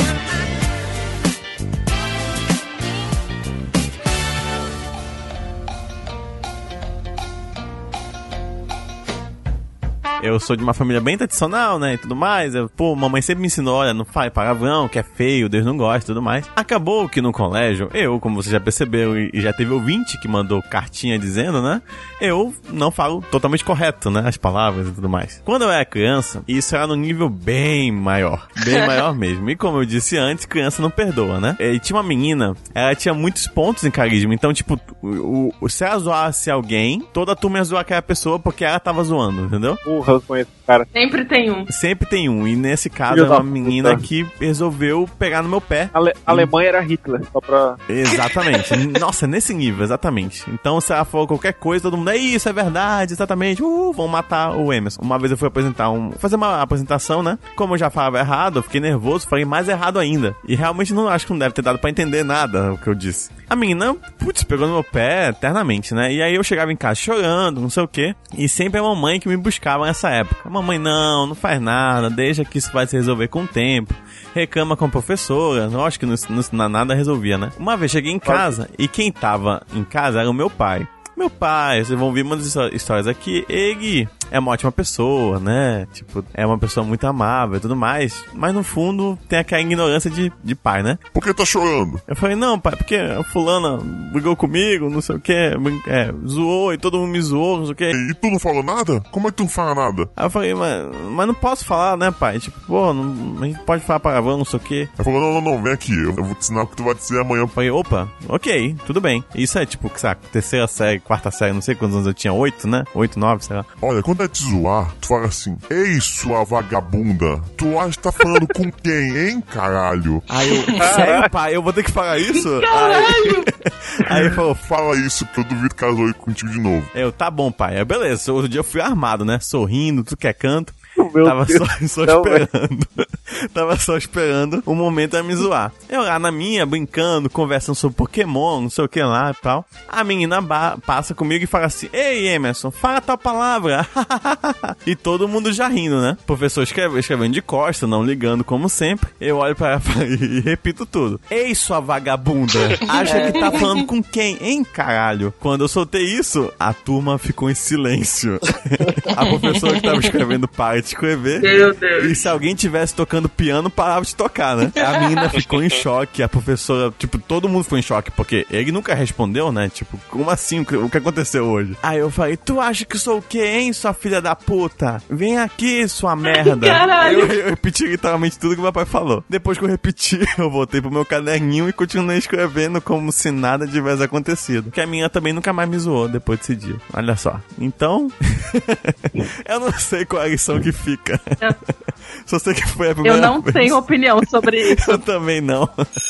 Eu sou de uma família bem tradicional, né, e tudo mais. Eu, pô, mamãe sempre me ensinou, olha, não faz palavrão, que é feio, Deus não gosta e tudo mais. Acabou que no colégio, eu, como você já percebeu, e já teve ouvinte que mandou cartinha dizendo, né, eu não falo totalmente correto, né, as palavras e tudo mais. Quando eu era criança, isso era num nível bem maior, bem maior mesmo. E como eu disse antes, criança não perdoa, né. E tinha uma menina, ela tinha muitos pontos em carisma, então, tipo, o, o, se ela zoasse alguém, toda a turma ia zoar aquela pessoa porque ela tava zoando, entendeu? Porra, eu conheço o cara. Sempre tem um. Sempre tem um. E nesse caso era uma menina que resolveu pegar no meu pé. Ale- a Alemanha era Hitler, só pra... Exatamente. Nossa, nesse nível, exatamente. Então, se ela falou qualquer coisa, todo mundo, é isso, é verdade, exatamente. Uh, vão matar o Emerson. Uma vez eu fui apresentar um... fazer uma apresentação, né? Como eu já falava errado, eu fiquei nervoso, falei mais errado ainda. E realmente não acho que não deve ter dado pra entender nada o que eu disse. A menina, putz, pegou no meu pé eternamente, né? E aí eu chegava em casa chorando, não sei o quê. E sempre a mamãe que me buscava nessa época. Mamãe, não, não faz nada, deixa que isso vai se resolver com o tempo. Reclama com a professora. Lógico que não, não, nada resolvia, né? Uma vez cheguei em casa e quem tava em casa era o meu pai. Meu pai, vocês vão ouvir umas histórias aqui, ele é uma ótima pessoa, né? Tipo, é uma pessoa muito amável e tudo mais. Mas no fundo tem aquela ignorância de, de pai, né? Por que tá chorando? Eu falei, não, pai, porque a fulana brigou comigo, não sei o que, é, zoou e todo mundo me zoou, não sei o que. E tu não falou nada? Como é que tu não fala nada? Aí eu falei, mas, mas não posso falar, né, pai? Tipo, pô, não, a gente pode falar palavrão, não sei o que. Ele falou, não, não, não, vem aqui, eu vou te ensinar o que tu vai dizer amanhã. Eu falei, opa, ok, tudo bem. Isso é tipo, sabe, terceira série, quarta série, não sei quantos anos eu tinha, oito, né? Oito, nove, sei lá. Olha, quando é te zoar, tu fala assim, ei, sua vagabunda, tu acha que tá falando com quem, hein, caralho? Aí eu, sério, pai, eu vou ter que falar isso? Caralho! Aí, aí ele falou, fala isso que eu duvido que casou contigo de novo. Eu, tá bom, pai. Aí, beleza, outro dia eu fui armado, né? Sorrindo, tudo que é canto. meu Tava Deus. só, só Não, esperando. Tava só esperando o momento a me zoar. Eu lá na minha, brincando, conversando sobre Pokémon, não sei o que lá e tal. A menina ba- passa comigo e fala assim: ei, Emerson, fala tal palavra. E todo mundo já rindo, né? O professor escreve, escrevendo de costa, não ligando como sempre. Eu olho pra ela e repito tudo: ei, sua vagabunda, acha que tá falando com quem, hein, caralho? Quando eu soltei isso, a turma ficou em silêncio. A professora que tava escrevendo para de escrever. Meu Deus. E se alguém tivesse tocando piano, parava de tocar, né? A menina ficou em choque, a professora, tipo, todo mundo ficou em choque, porque ele nunca respondeu, né? Tipo, como assim? O que aconteceu hoje? Aí eu falei: tu acha que sou o quê, hein, sua filha da puta? Vem aqui, sua merda. Caralho. Eu, eu repeti literalmente tudo que o meu pai falou. Depois que eu repeti, eu voltei pro meu caderninho e continuei escrevendo como se nada tivesse acontecido. Que a minha também nunca mais me zoou depois desse dia. Olha só. Então, eu não sei qual é a lição que fica. Só sei que foi a primeira Eu não vez. tenho opinião sobre isso. Eu também não.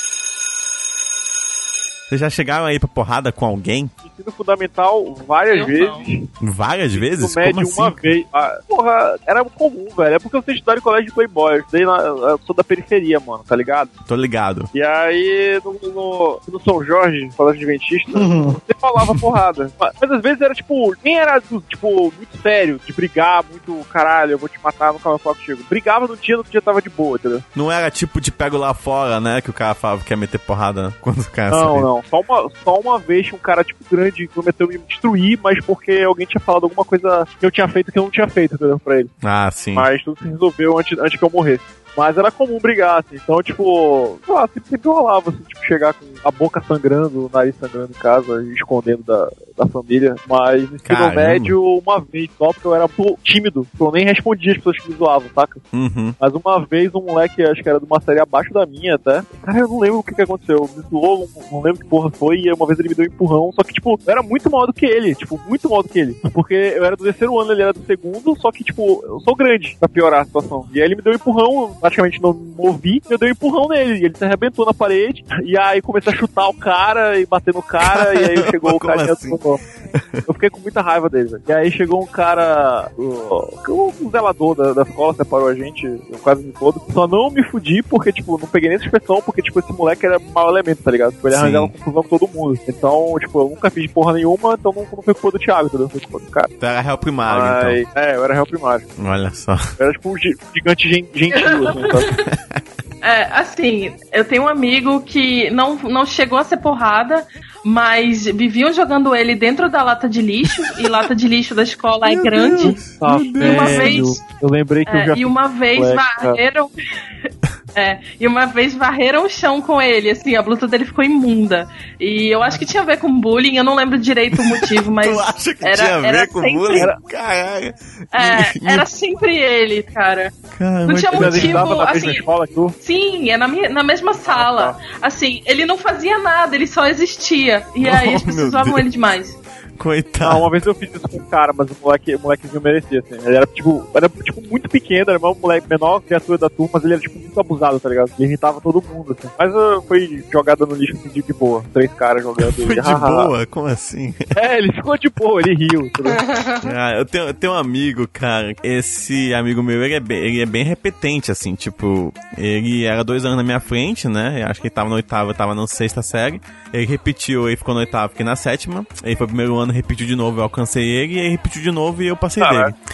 Vocês já chegaram aí pra porrada com alguém? Ensino fundamental várias Eu vezes. Várias vezes? No médio, Como assim? uma vez. Ah, porra, era comum, velho. É porque eu sei estudar em colégio de Playboy. Eu, estudei na, eu sou da periferia, mano, tá ligado? Tô ligado. E aí, no, no, no São Jorge, colégio adventista, você falava porrada. Mas, mas às vezes era tipo, nem era tipo, muito sério, de brigar, muito caralho, eu vou te matar, nunca mais falar contigo. Brigava no dia, no dia tava de boa, entendeu? Não era tipo de pego lá fora, né? Que o cara falava que ia meter porrada quando o cara Não, saiu. não. Só uma, só uma vez que um cara, tipo, grande prometeu me destruir, mas porque alguém tinha falado alguma coisa que eu tinha feito que eu não tinha feito, entendeu? Pra ele. Ah, sim. Mas tudo se resolveu antes, antes que eu morresse. Mas era comum brigar, assim. Então, tipo, sei lá, sempre, sempre rolava, assim, tipo, chegar com a boca sangrando, o nariz sangrando em casa, e escondendo da, da família. Mas no ensino Caramba. médio, uma vez só, porque eu era pô, tímido. Eu nem respondia as pessoas que me zoavam, saca? Uhum. Mas uma vez, um moleque, acho que era de uma série abaixo da minha até. Cara, eu não lembro o que, que aconteceu. Me zoou, não, não lembro que porra foi. E uma vez ele me deu um empurrão. Só que, tipo, eu era muito maior do que ele. Tipo, muito maior do que ele. Porque eu era do terceiro ano, ele era do segundo. Só que, tipo, eu sou grande pra piorar a situação. E aí ele me deu um empurrão, praticamente não me movi. Eu dei um empurrão nele. E ele se arrebentou na parede. E aí comecei a chutar o cara e bater no cara. E aí chegou o cara. Assim? Eu fiquei com muita raiva dele, velho. E aí chegou um cara, o, o zelador da, da escola, separou a gente, eu quase me fodo. Só não me fudi porque, tipo, não peguei nem essa expressão, porque, tipo, esse moleque era mau elemento, tá ligado? Tipo, ele Sim. arranjava confusão com todo mundo. Então, tipo, eu nunca fiz porra nenhuma, então não, não foi culpa do Thiago, entendeu? Foi culpa do cara. Tu era réu primário, Mas, então. é, eu era réu primário. Olha só. Eu era, tipo, um gi- gigante gen- gentil, assim, sabe? É, assim, eu tenho um amigo que não, não chegou a ser porrada, mas viviam jogando ele dentro da lata de lixo, e lata de lixo da escola é grande. Tá, E uma velho. vez- Eu lembrei que eu É, já e uma vez moleque, cara. varreram. É, e uma vez varreram o chão com ele, assim, a blusa dele ficou imunda. E eu acho que tinha a ver com bullying, eu não lembro direito o motivo, mas. Tu acha que era, tinha a ver era com sempre, bullying? Era- Caralho. É, era sempre ele, cara. Caramba, Não tinha Mas ele motivo, estudava na mesma assim. escola que tu? Sim, é na, minha, na mesma sala. Assim, ele não fazia nada, ele só existia. E aí Oh, as pessoas meu zoavam Deus. ele demais. Coitado. Não, uma vez eu fiz isso com um cara, mas o moleque, o molequezinho merecia, assim. Ele era, tipo, era, tipo, muito pequeno, era o moleque menor criatura da turma, mas ele era, tipo, muito abusado, tá ligado? Ele irritava todo mundo, assim. Mas uh, foi jogada no lixo, assim, de, de boa. Três caras jogando. Foi de boa? Como assim? É, ele ficou de boa, ele riu, entendeu? Ah, eu, tenho, eu tenho um amigo, cara. Esse amigo meu, ele é, bem, ele é bem repetente, assim. Tipo, ele era dois anos na minha frente, né? Eu acho que ele tava na oitava, eu tava na sexta série. Ele repetiu, ele ficou na oitava, fiquei na sétima. Ele foi o primeiro ano, repetiu de novo, eu alcancei ele. E ele repetiu de novo e eu passei Caralho. dele.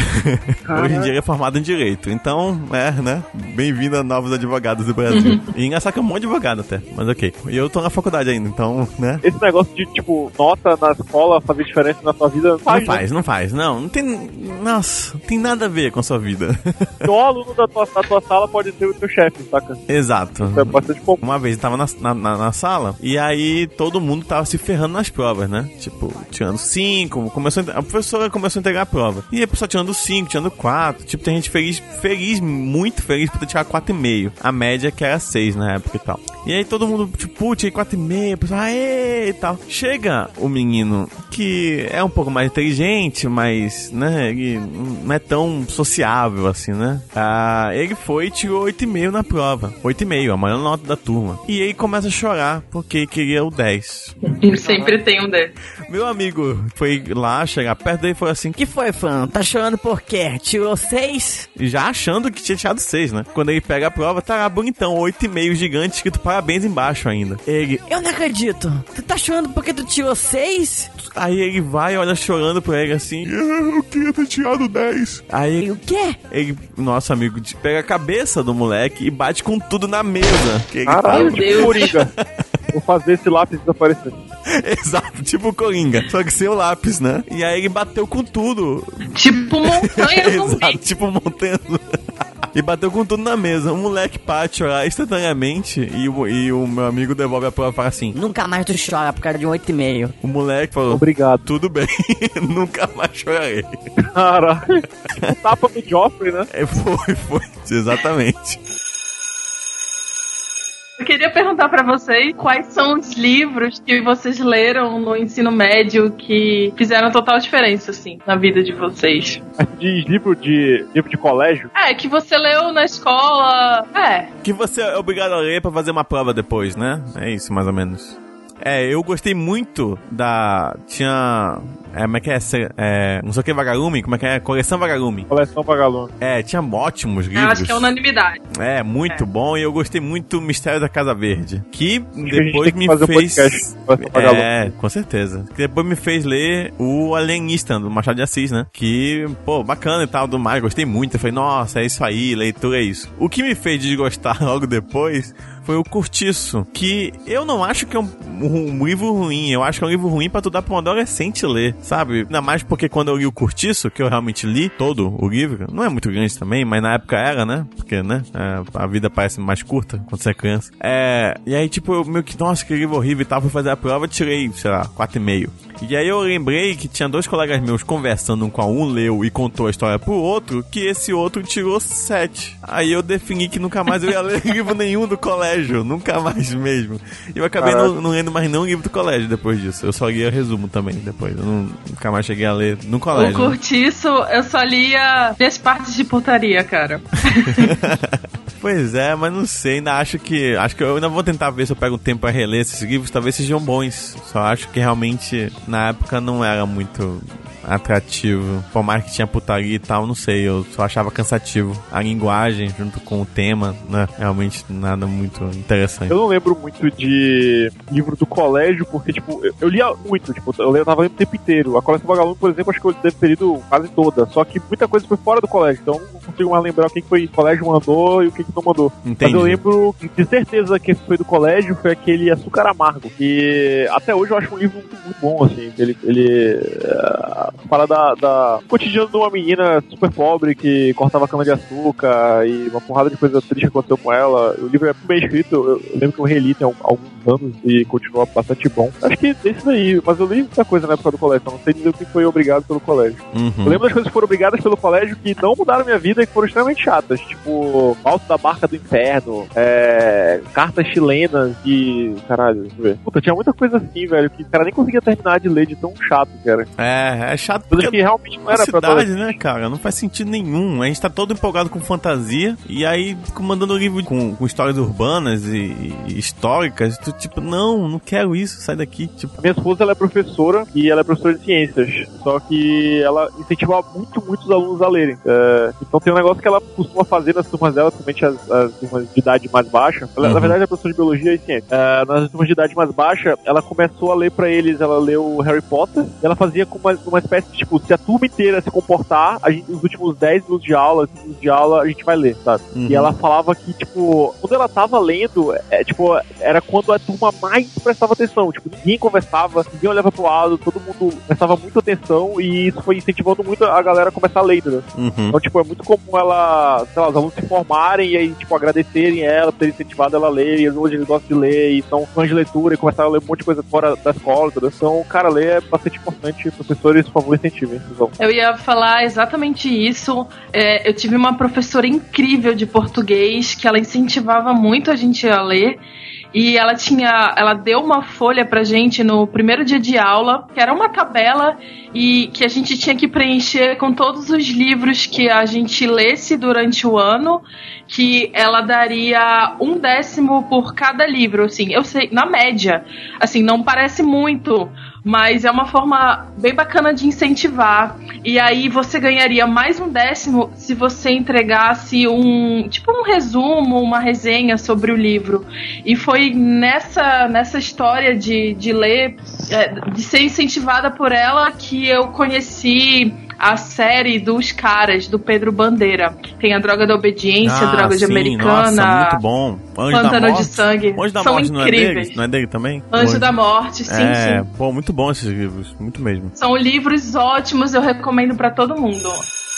Hoje em dia ele é formado em Direito. Então, é, né? Bem-vindo a novos advogados do Brasil. E engraçado que é um monte de advogado até, mas ok. E eu tô na faculdade ainda, então, né? Esse negócio de, tipo, nota na escola fazer diferença na sua vida, não Não faz, né? faz, não faz. Não, não tem... Nossa, não tem nada a ver com a sua vida. Então, o aluno da tua, da tua sala pode ser o teu chefe, saca? Exato. Isso é bastante comum. Uma vez eu tava na, na, na- na sala e aí todo mundo tava se ferrando nas provas, né? Tipo, tirando cinco, começou a, a professora começou a entregar a prova. E a pessoa tirando cinco, tirando quatro. Tipo, tem gente feliz, feliz, muito feliz por ter tirado quatro e meio. A média que era seis na época e tal. E aí todo mundo, tipo, putz, tirei quatro e meio, a pessoa, aê, e tal. Chega o menino que é um pouco mais inteligente, mas, né, ele não é tão sociável assim, né? Ah, ele foi e tirou oito e meio na prova. oito e meio, a maior nota da turma. E aí começa a chorar porque queria o dez. Sempre tem um desses. Meu amigo foi lá, chegar perto dele e falou assim: Que foi, fã? Tá chorando por quê? tirou seis? Já achando que tinha tirado seis, né? Quando ele pega a prova, tá lá bonitão, oito e meio gigante, escrito parabéns embaixo ainda. Ele... Eu não acredito. Tu tá chorando porque tu tirou seis? Aí ele vai, olha chorando pra ele assim. Eu queria ter tirado dez. Aí E o quê? ele, nosso amigo, pega a cabeça do moleque e bate com tudo na mesa. Que ele Caralho, tá- tipo Coringa. Vou fazer esse lápis desaparecer. Exato, tipo o Coringa. Só que sem o lápis, né? E aí ele bateu com tudo. Tipo montanha Exato, zumbi. tipo montanha. E bateu com tudo na mesa. O moleque para de chorar instantaneamente e o, e o meu amigo devolve a prova e fala assim. Nunca mais tu chora por causa de um oito e meio. O moleque falou, Obrigado. tudo bem, nunca mais chorarei. Caralho. Tapa do Joffrey, né? É, foi, foi, exatamente. Eu queria perguntar pra vocês quais são os livros que vocês leram no ensino médio que fizeram total diferença, assim, na vida de vocês. De livro de livro de colégio. É, que você leu na escola. É. Que você é obrigado a ler pra fazer uma prova depois, né? É isso, mais ou menos. É, eu gostei muito da... Tinha... É, como é que é? é não sei o que, Vagalume? Como é que é? Coleção Vagalume. Coleção Vagalume. É, tinha ótimos livros. Eu acho que é unanimidade. É, muito É. bom. E eu gostei muito do Mistério da Casa Verde. Que Acho que a depois gente tem que me fazer um fez... podcast com Coleção Vagalume. É, com certeza. Que depois me fez ler o Alienista, do Machado de Assis, né? Que, pô, bacana e tal, do mais. Gostei muito. Eu falei, nossa, é isso aí, leitura é isso. O que me fez desgostar logo depois... foi o Curtiço, que eu não acho que é um, um, um livro ruim, eu acho que é um livro ruim pra tu dar pra um adolescente ler, sabe? Ainda mais porque quando eu li o Curtiço, que eu realmente li todo o livro, não é muito grande também, mas na época era, né? Porque, né? É, a vida parece mais curta quando você é criança. É, e aí, tipo, eu meio que, nossa, que livro horrível e tal, fui fazer a prova, tirei, sei lá, quatro e meio. E aí eu lembrei que tinha dois colegas meus conversando, um com um leu e contou a história pro outro, que esse outro tirou sete. Aí eu defini que nunca mais eu ia ler livro nenhum do colégio, nunca mais mesmo. E eu acabei não, não lendo mais nenhum livro do colégio depois disso. Eu só lia resumo também depois. Eu não, nunca mais cheguei a ler no colégio. O Curtiço, eu só lia as partes de putaria, cara. Pois é, mas não sei, ainda acho que... Acho que eu ainda vou tentar ver se eu pego um tempo pra reler esses livros, talvez sejam bons. Só acho que realmente, na época, não era muito atrativo. Por mais que tinha putaria e tal, não sei, eu só achava cansativo. A linguagem, junto com o tema, né? Realmente nada muito interessante. Eu não lembro muito de livro do colégio, porque, tipo, eu, eu lia muito, tipo, eu, eu tava lendo o tempo inteiro. A Coleção Vagalume, por exemplo, acho que eu devo ter lido quase toda, só que muita coisa foi fora do colégio, então não consigo mais lembrar o que foi o colégio mandou e o que, que não mandou. Entendi. Mas eu lembro, de certeza, que foi do colégio foi aquele Açúcar Amargo, que até hoje eu acho um livro muito, muito bom, assim. Ele, ele uh, fala da, da cotidiano de uma menina super pobre que cortava cana de açúcar e uma porrada de coisa triste que aconteceu com ela. O livro é muito bem escrito, eu, eu lembro que eu reli tem alguns anos e continua bastante bom. Acho que é isso daí, mas eu li muita coisa na época do colégio, então não sei dizer o que foi obrigado pelo colégio. Uhum. Eu lembro das coisas que foram obrigadas pelo colégio que não mudaram minha vida e que foram extremamente chatas, tipo Alto da Barca do Inferno, é, cartas chilenas e... caralho, deixa eu ver. Puta, tinha muita coisa assim, velho, que o cara nem conseguia terminar de ler de tão chato que era. É, é chato Coisa porque que realmente não era pra cidade, adolescente. né, cara? Não faz sentido nenhum. A gente tá todo empolgado com fantasia e aí fica mandando livro com, com histórias urbanas e, e históricas. Tu, tipo, não, não quero isso, sai daqui. Tipo, Minha esposa, ela é professora e ela é professora de ciências, só que ela incentiva muito, muitos alunos a lerem. É, então tem um negócio que ela costuma fazer nas turmas dela, principalmente as, as turmas de idade mais baixa. Ela, Uhum. Na verdade, é professora de biologia e ciência. É, nas turmas de idade mais baixa, ela começou a ler pra eles, ela leu Harry Potter, e ela fazia com uma, uma espécie de, tipo, se a turma inteira se comportar, a gente, nos últimos dez minutos de aula, quinze minutos de aula, a gente vai ler, sabe? Uhum. E ela falava que, tipo, quando ela tava lendo, é, tipo, era quando a turma mais prestava atenção, tipo, ninguém conversava, ninguém olhava pro lado, todo mundo prestava muita atenção, e isso foi incentivando muito a galera a começar a ler, né? uhum. Então, tipo, é muito comum ela, sei lá, os alunos se formarem e aí, tipo, agradecerem ela por ter incentivado ela a ler, e hoje eles gostam de ler, e são fãs de leitura, e começaram a ler um monte de coisa fora da escola, entendeu? Então, cara, ler é bastante importante, professores, por favor, incentivem. Eu ia falar exatamente isso. É, eu tive uma professora incrível de português que ela incentivava muito a gente a ler. E ela tinha, ela deu uma folha pra gente no primeiro dia de aula, que era uma tabela e que a gente tinha que preencher com todos os livros que a gente lesse durante o ano, que ela daria um décimo por cada livro, assim, eu sei, na média, assim, não parece muito, mas é uma forma bem bacana de incentivar. E aí você ganharia mais um décimo se você entregasse um, tipo um resumo, uma resenha sobre o livro. E foi nessa, nessa história de, de ler, de ser incentivada por ela, que eu conheci a série dos caras, do Pedro Bandeira. Tem a Droga da Obediência, ah, Droga de sim, Americana. Nossa, muito bom. Anjo Pantano da Morte. de Sangue. Anjo da São Morte incríveis. Não é dele? Não é dele também? Anjo Anjo da Morte, sim, é, sim. Pô, muito bom esses livros. Muito mesmo. São livros ótimos, eu recomendo pra todo mundo.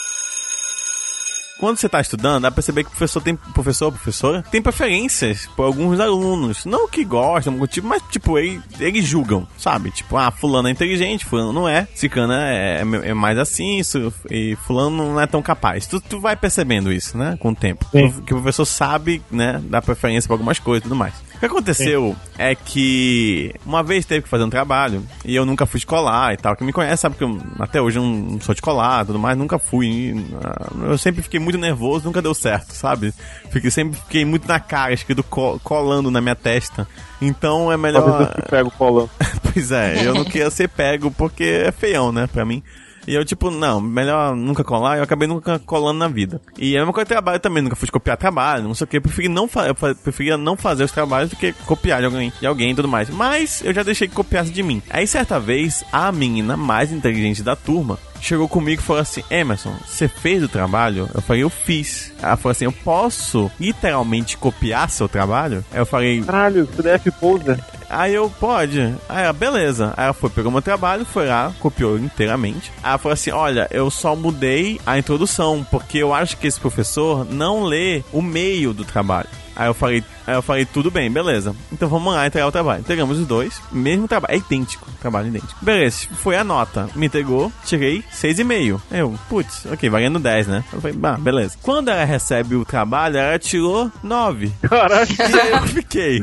Quando você tá estudando, dá pra perceber que o professor tem, professor ou professora tem preferências por alguns alunos. Não que gostam, tipo, mas tipo, eles, eles julgam, sabe? Tipo, ah, fulano é inteligente, fulano não é, ciclano é, é, é mais assim, isso, e fulano não é tão capaz. Tu, tu vai percebendo isso, né? Com o tempo. Sim. Que o professor sabe, né, dar preferência pra algumas coisas e tudo mais. O que aconteceu Sim. é que uma vez teve que fazer um trabalho e eu nunca fui de colar e tal. Quem me conhece sabe que eu, até hoje eu não sou de colar e tudo mais, nunca fui. Eu sempre fiquei muito nervoso, nunca deu certo, sabe? Fiquei, sempre fiquei muito na cara, escrito colando na minha testa. Então é melhor... Talvez eu pego colando. Pois é, eu não queria ser pego porque é feião, né, pra mim. E eu, tipo, não, melhor nunca colar, eu acabei nunca colando na vida. E a mesma coisa de trabalho também, nunca fui de copiar trabalho, não sei o que, eu preferi não, fa- eu preferia não fazer os trabalhos do que copiar de alguém, de alguém e tudo mais. Mas eu já deixei que copiasse de mim. Aí, certa vez, a menina mais inteligente da turma chegou comigo e falou assim: Emerson, você fez o trabalho? Eu falei, eu fiz. Ela falou assim, eu posso literalmente copiar seu trabalho? Aí eu falei, caralho, C D F poser. Aí eu, pode. Aí ela, beleza. Aí ela foi, pegou meu trabalho, foi lá, copiou inteiramente. Aí ela falou assim, olha, eu só mudei a introdução, porque eu acho que esse professor não lê o meio do trabalho. Aí eu falei, aí eu falei, tudo bem, beleza. Então vamos lá entregar o trabalho. Entregamos os dois, mesmo trabalho, é idêntico, trabalho idêntico. Beleza, foi a nota. Me entregou, tirei seis e meio. Eu, putz, ok, valendo dez, né? Eu falei, bah, beleza. Quando ela recebe o trabalho, ela tirou nove. Caraca. E aí eu fiquei...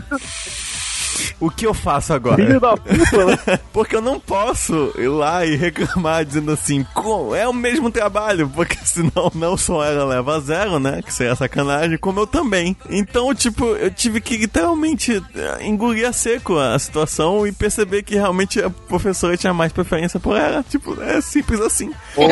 O que eu faço agora? Filho da puta, né? Porque eu não posso ir lá e reclamar dizendo assim, é o mesmo trabalho, porque senão não só ela leva a zero, né? Que seria sacanagem, como eu também. Então, tipo, eu tive que literalmente engolir a seco a situação e perceber que realmente a professora tinha mais preferência por ela. Tipo, é simples assim. Ou,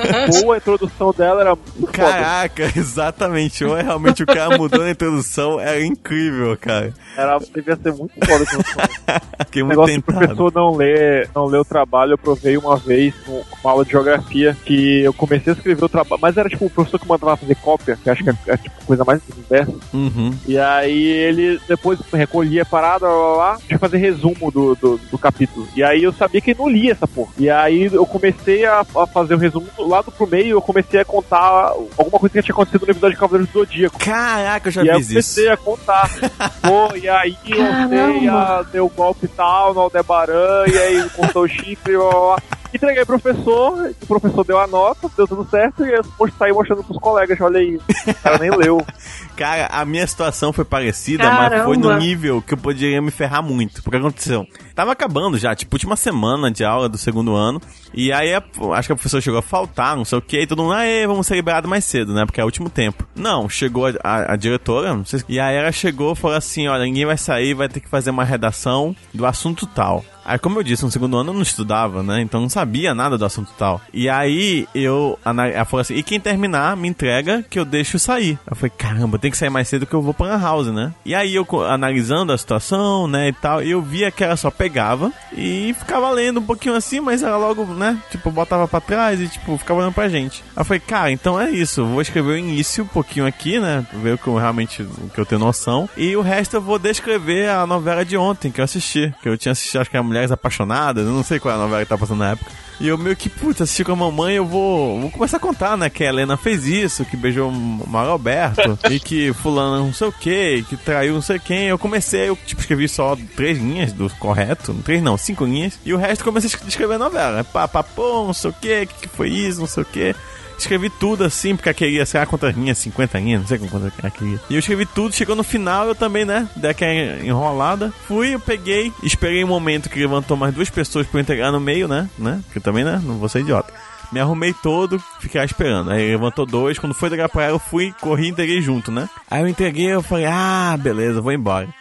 ou a introdução dela era muito Caraca, foda. Exatamente. Ou é realmente o cara mudando a introdução, era incrível, cara. Era, devia ser muito foda. Fiquei o muito negócio tentado. do professor não ler, não ler o trabalho, eu provei uma vez com uma aula de geografia que eu comecei a escrever o trabalho, mas era tipo o professor que mandava fazer cópia, que acho que é, é tipo coisa mais inversa. Uhum. E aí ele depois recolhia a parada, lá, lá, lá, tinha que fazer resumo do, do, do capítulo. E aí eu sabia que ele não lia essa porra. E aí eu comecei a, a fazer o resumo do lado pro meio, eu comecei a contar alguma coisa que tinha acontecido no episódio de Cavaleiros do Zodíaco. Caraca, eu já e fiz isso. E aí eu comecei a contar. Pô, e aí eu sei, a, deu golpe e tal no Aldebaran, e aí cortou o chifre, blá, blá, blá. Entreguei pro professor, o professor deu a nota, deu tudo certo, e eu saí mostrando pros colegas, olha aí, o cara nem leu. Cara, a minha situação foi parecida, Caramba. mas foi no nível que eu poderia me ferrar muito. Porque aconteceu? Tava acabando já, tipo, última semana de aula do segundo ano, e aí a, acho que a professora chegou a faltar, não sei o que, e todo mundo, aê, vamos ser liberados mais cedo, né, porque é o último tempo. Não, chegou a, a, a diretora, não sei, e aí ela chegou e falou assim, olha, ninguém vai sair, vai ter que fazer uma redação do assunto tal. Aí, como eu disse, no segundo ano eu não estudava, né? Então não sabia nada do assunto tal. E aí, eu... Ela falou assim, e quem terminar, me entrega que eu deixo sair. Eu falei, caramba, tem que sair mais cedo que eu vou pra Lan House, né? E aí, eu analisando a situação, né, e tal, eu via que ela só pegava e ficava lendo um pouquinho assim, mas ela logo, né, tipo, botava pra trás e, tipo, ficava olhando pra gente. Aí eu falei, cara, então é isso. Eu vou escrever o início um pouquinho aqui, né? Ver o que eu realmente, o que eu tenho noção. E o resto eu vou descrever a novela de ontem, que eu assisti. Que eu tinha assistido, acho que a Mulher Apaixonadas, eu não sei qual é a novela que tá passando na época. E eu meio que, putz, assisti com a mamãe, eu vou, vou começar a contar, né, que a Helena fez isso, que beijou o Mauro Alberto, e que fulano não sei o que, que traiu não sei quem. Eu comecei, eu tipo, escrevi só três linhas do correto, três não, cinco linhas, e o resto comecei a escrever a novela. Pá, pá, pô, não sei o que, que que foi isso, não sei o que. Escrevi tudo assim, porque eu queria, sei lá quantas linhas, cinquenta linhas, não sei quantas eu queria. E eu escrevi tudo, chegou no final, eu também, né, dei aquela enrolada. Fui, eu peguei, esperei um momento que levantou mais duas pessoas pra eu entregar no meio, né, né, porque eu também, né, não vou ser idiota. Me arrumei todo, fiquei esperando. Aí levantou dois, quando foi entregar pra ela, eu fui, corri e entreguei junto, né. Aí eu entreguei, eu falei, ah, beleza, vou embora.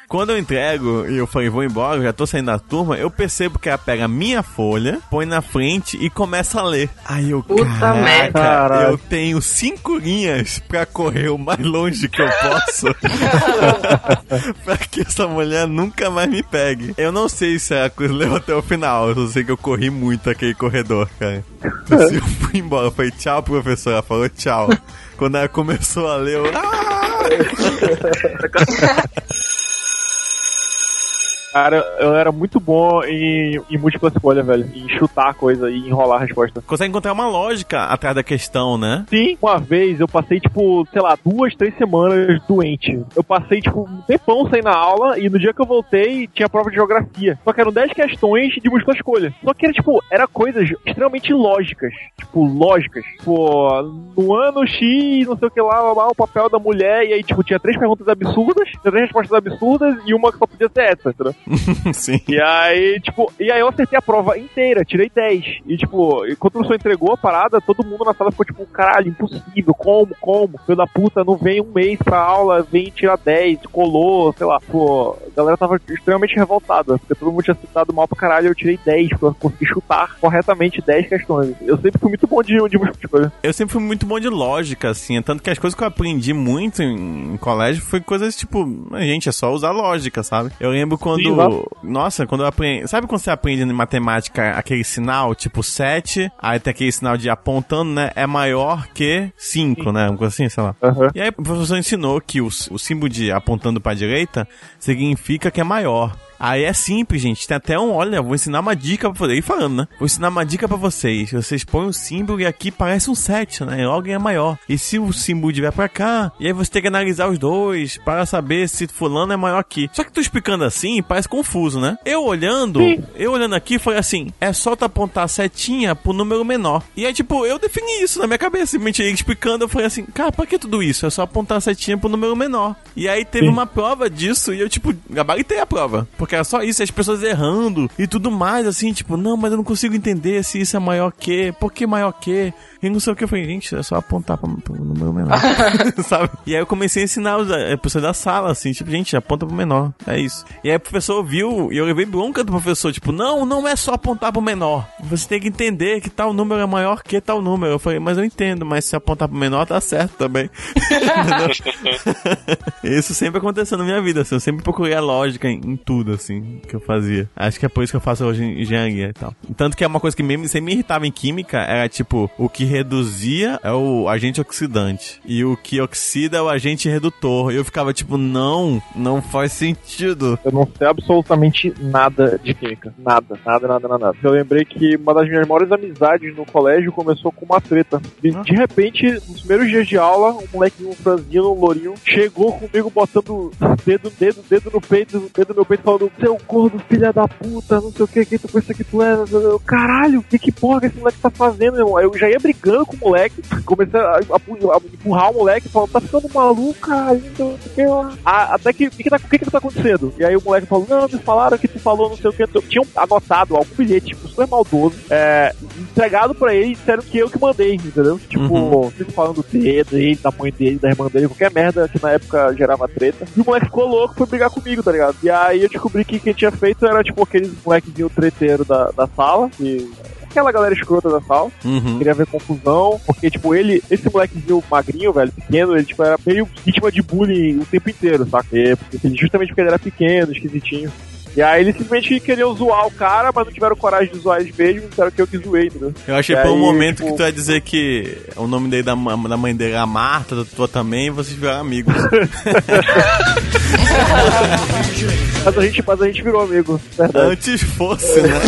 Quando eu entrego e eu falei, vou embora, eu já tô saindo da turma, eu percebo que ela pega a minha folha, põe na frente e começa a ler. Aí eu, Puta merda. caraca, eu tenho cinco linhas pra correr o mais longe que eu posso pra que essa mulher nunca mais me pegue. Eu não sei se a coisa levou até o final, eu só sei que eu corri muito aquele corredor, cara. Então, assim, eu fui embora, eu falei tchau, professora, ela falou tchau. Quando ela começou a ler, eu... Ah! Cara, eu era muito bom em, em múltipla escolha, velho. Em chutar a coisa e enrolar a resposta. Consegue encontrar uma lógica atrás da questão, né? Sim, uma vez eu passei, tipo, sei lá, duas, três semanas doente. Eu passei, tipo, um tempão sem na aula e no dia que eu voltei tinha prova de geografia. Só que eram dez questões de múltipla escolha. Só que era, tipo, era coisas extremamente lógicas. Tipo, lógicas. Tipo, no ano X, não sei o que lá, lá, o papel da mulher. E aí, tipo, tinha três perguntas absurdas, três respostas absurdas e uma que só podia ser essa, entendeu? Sim. E aí, tipo, e aí eu acertei a prova inteira, tirei dez. E, tipo, quando o professor entregou a parada, todo mundo na sala ficou tipo, caralho, impossível, como, como? Filho da puta, não vem um mês pra aula, vem tirar dez, colou, sei lá. Pô, a galera tava extremamente revoltada, porque todo mundo tinha citado mal pra caralho, eu tirei dez, porque eu consegui chutar corretamente dez questões. Eu sempre fui muito bom de, de múltipla escolha. Eu sempre fui muito bom de lógica, assim, tanto que as coisas que eu aprendi muito em, em colégio foi coisas tipo, gente, é só usar lógica, sabe? Eu lembro quando Sim, nossa, quando eu aprendi... Sabe quando você aprende em matemática aquele sinal, tipo sete, aí tem aquele sinal de apontando, né? É maior que cinco, né? Uma coisa assim, sei lá. Uhum. E aí o professor ensinou que o, o símbolo de apontando pra direita significa que é maior. Aí é simples, gente. Tem até um... Olha, vou ensinar uma dica pra vocês. E falando, né? Vou ensinar uma dica pra vocês. Vocês põem o símbolo e aqui parece um sete, né? Logo é maior. E se o símbolo vier pra cá, e aí você tem que analisar os dois para saber se fulano é maior aqui. Só que tu explicando assim, parece confuso, né? Eu olhando, Sim. eu olhando aqui, foi assim, é só tu apontar a setinha pro número menor. E aí, tipo, eu defini isso na minha cabeça. Simplesmente ele explicando, eu falei assim, cara, pra que tudo isso? É só apontar a setinha pro número menor. E aí teve Sim. uma prova disso e eu, tipo, gabaritei a prova. Porque era só isso, as pessoas errando e tudo mais, assim, tipo, não, mas eu não consigo entender se isso é maior que, por que maior que? E não sei o que, eu falei, gente, é só apontar pro, pro número menor, sabe? E aí eu comecei a ensinar os, a pessoa da sala, assim, tipo, gente, aponta pro menor, é isso. E aí o professor viu, e eu levei bronca do professor, tipo, não, não é só apontar pro menor, você tem que entender que tal número é maior que tal número. Eu falei, mas eu entendo, mas se apontar pro menor, tá certo também. Isso sempre aconteceu na minha vida, assim, eu sempre procurei a lógica em, em tudo, assim, que eu fazia. Acho que é por isso que eu faço hoje engenharia e tal. Tanto que é uma coisa que mesmo sempre me irritava em química, era tipo, o que reduzia é o agente oxidante e o que oxida é o agente redutor. E eu ficava tipo, não, não faz sentido. Eu não sei absolutamente nada de química. Nada, nada, nada, nada. Eu lembrei que uma das minhas maiores amizades no colégio começou com uma treta. De, de repente, nos primeiros dias de aula, um molequinho, um franzino, um lourinho, chegou comigo botando dedo, dedo, dedo no peito, dedo no meu peito, falando, seu gordo, filha da puta, não sei o que, que tu pensa que tu é, eu, caralho, que que porra que esse moleque tá fazendo, meu irmão? Eu já ia brigando com o moleque, comecei a, a, a empurrar o moleque, falando, tá ficando maluco, cara, não sei o que lá. Até que, o que que, tá, que que tá acontecendo? E aí o moleque falou, não, me falaram que tu falou não sei o que, tinham anotado algum bilhete, tipo, super maldoso, é, entregado pra ele e disseram que eu que mandei, entendeu? Tipo, uhum. Vocês falando dele, dele, da mãe dele, da irmã dele, qualquer merda que na época gerava treta. E o moleque ficou louco, foi brigar comigo, tá ligado? E aí eu descobri que quem tinha feito era, tipo, aqueles molequezinho treteiro da, da sala, que... aquela galera escrota da sala, uhum. Queria ver confusão, porque, tipo, ele, esse molequezinho magrinho, velho, pequeno, ele, tipo, era meio vítima de bullying o tempo inteiro, saca? E, porque, justamente porque ele era pequeno, esquisitinho. E aí eles simplesmente queriam zoar o cara, mas não tiveram coragem de zoar eles mesmo, disseram que eu que zoei, entendeu? Eu achei por um momento tipo... que tu ia dizer que o nome dele da, da mãe dele era Marta, da tua também, e vocês viraram amigos. mas, a gente, mas a gente virou amigo, verdade. Antes fosse, né?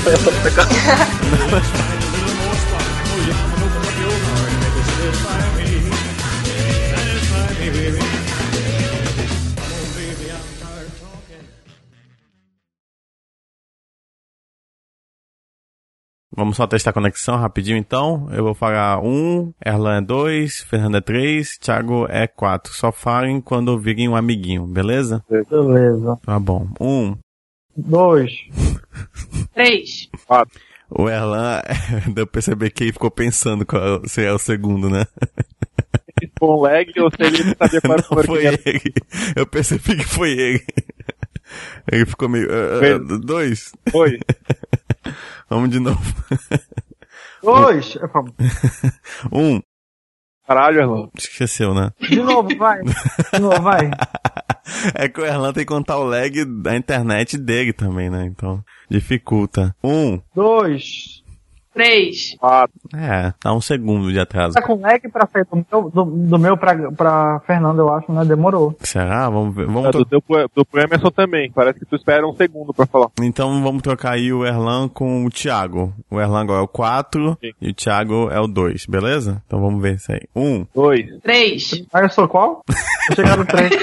Vamos só testar a conexão rapidinho, então. Eu vou falar um, Erlan é dois, Fernando é três, Thiago é quatro. Só falem quando ouvirem um amiguinho, beleza? Beleza. Tá bom. Um. Dois. Três. Quatro. O Erlan, deu pra perceber que ele ficou pensando qual se é o segundo, né? Se foi um lag ou se ele sabia qual era o Não, foi ele. Eu percebi que foi ele. Ele ficou meio... Uh, uh, dois. Oi. Vamos de novo. Dois. Um. Caralho, Erlan. Esqueceu, né? De novo, vai. De novo, vai. É que o Erlan tem que contar o lag da internet dele também, né? Então, dificulta. Um. Dois. Três. Quatro. É, dá um segundo de atraso. Tá com lag pra sair do meu, do, do meu pra, pra Fernanda, eu acho, né? Demorou. Será? Vamos ver. Vamos É, tro- do, teu, do pro Emerson também. Parece que tu espera um segundo pra falar. Então vamos trocar aí o Erlan com o Thiago. O Erlan agora é o quatro Sim. e o Thiago é o dois, beleza? Então vamos ver isso aí. Um. Dois. Três. Aí eu sou qual? Eu cheguei no três.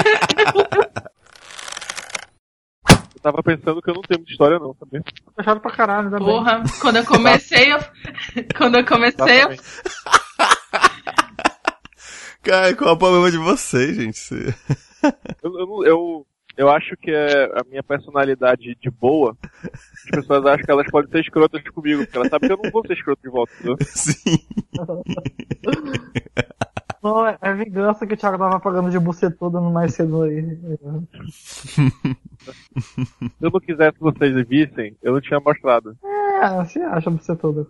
Eu tava pensando que eu não tenho muita história não, sabia? Fechado pra caralho, ainda bem. Porra, quando eu comecei, eu... quando eu comecei, eu... Exatamente. Cara, qual é o problema de vocês, gente? Você- Eu, eu, não- eu, eu acho que é a minha personalidade de boa. As pessoas acham que elas podem ser escrotas comigo, porque elas sabem que eu não vou ser escroto de volta, entendeu? Sim. Não, é, é vingança que o Thiago tava pagando de bucetuda no mais cedo aí. Se eu não quisesse que vocês vissem, eu não tinha mostrado. É, você acha bucetuda.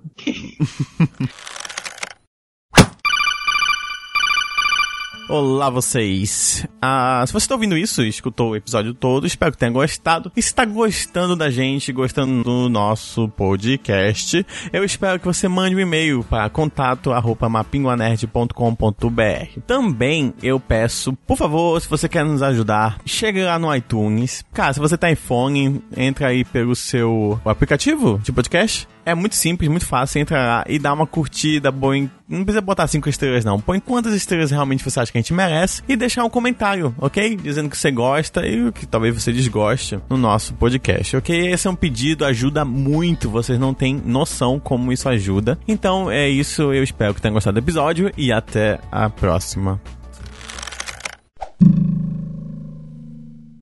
Olá, vocês. Ah, se você está ouvindo isso, escutou o episódio todo, espero que tenha gostado. E se está gostando da gente, gostando do nosso podcast, eu espero que você mande um e-mail para contato arroba mapinguanerd ponto com ponto b r. Também eu peço, por favor, se você quer nos ajudar, chegue lá no iTunes. Cara, se você tá em iPhone, entra aí pelo seu aplicativo de podcast. É muito simples, muito fácil, entra lá e dá uma curtida, põe... Não precisa botar cinco estrelas não, põe quantas estrelas realmente você acha que a gente merece e deixar um comentário, ok? Dizendo que você gosta e que talvez você desgoste no nosso podcast, ok? Esse é um pedido, ajuda muito, vocês não têm noção como isso ajuda. Então é isso, eu espero que tenham gostado do episódio e até a próxima.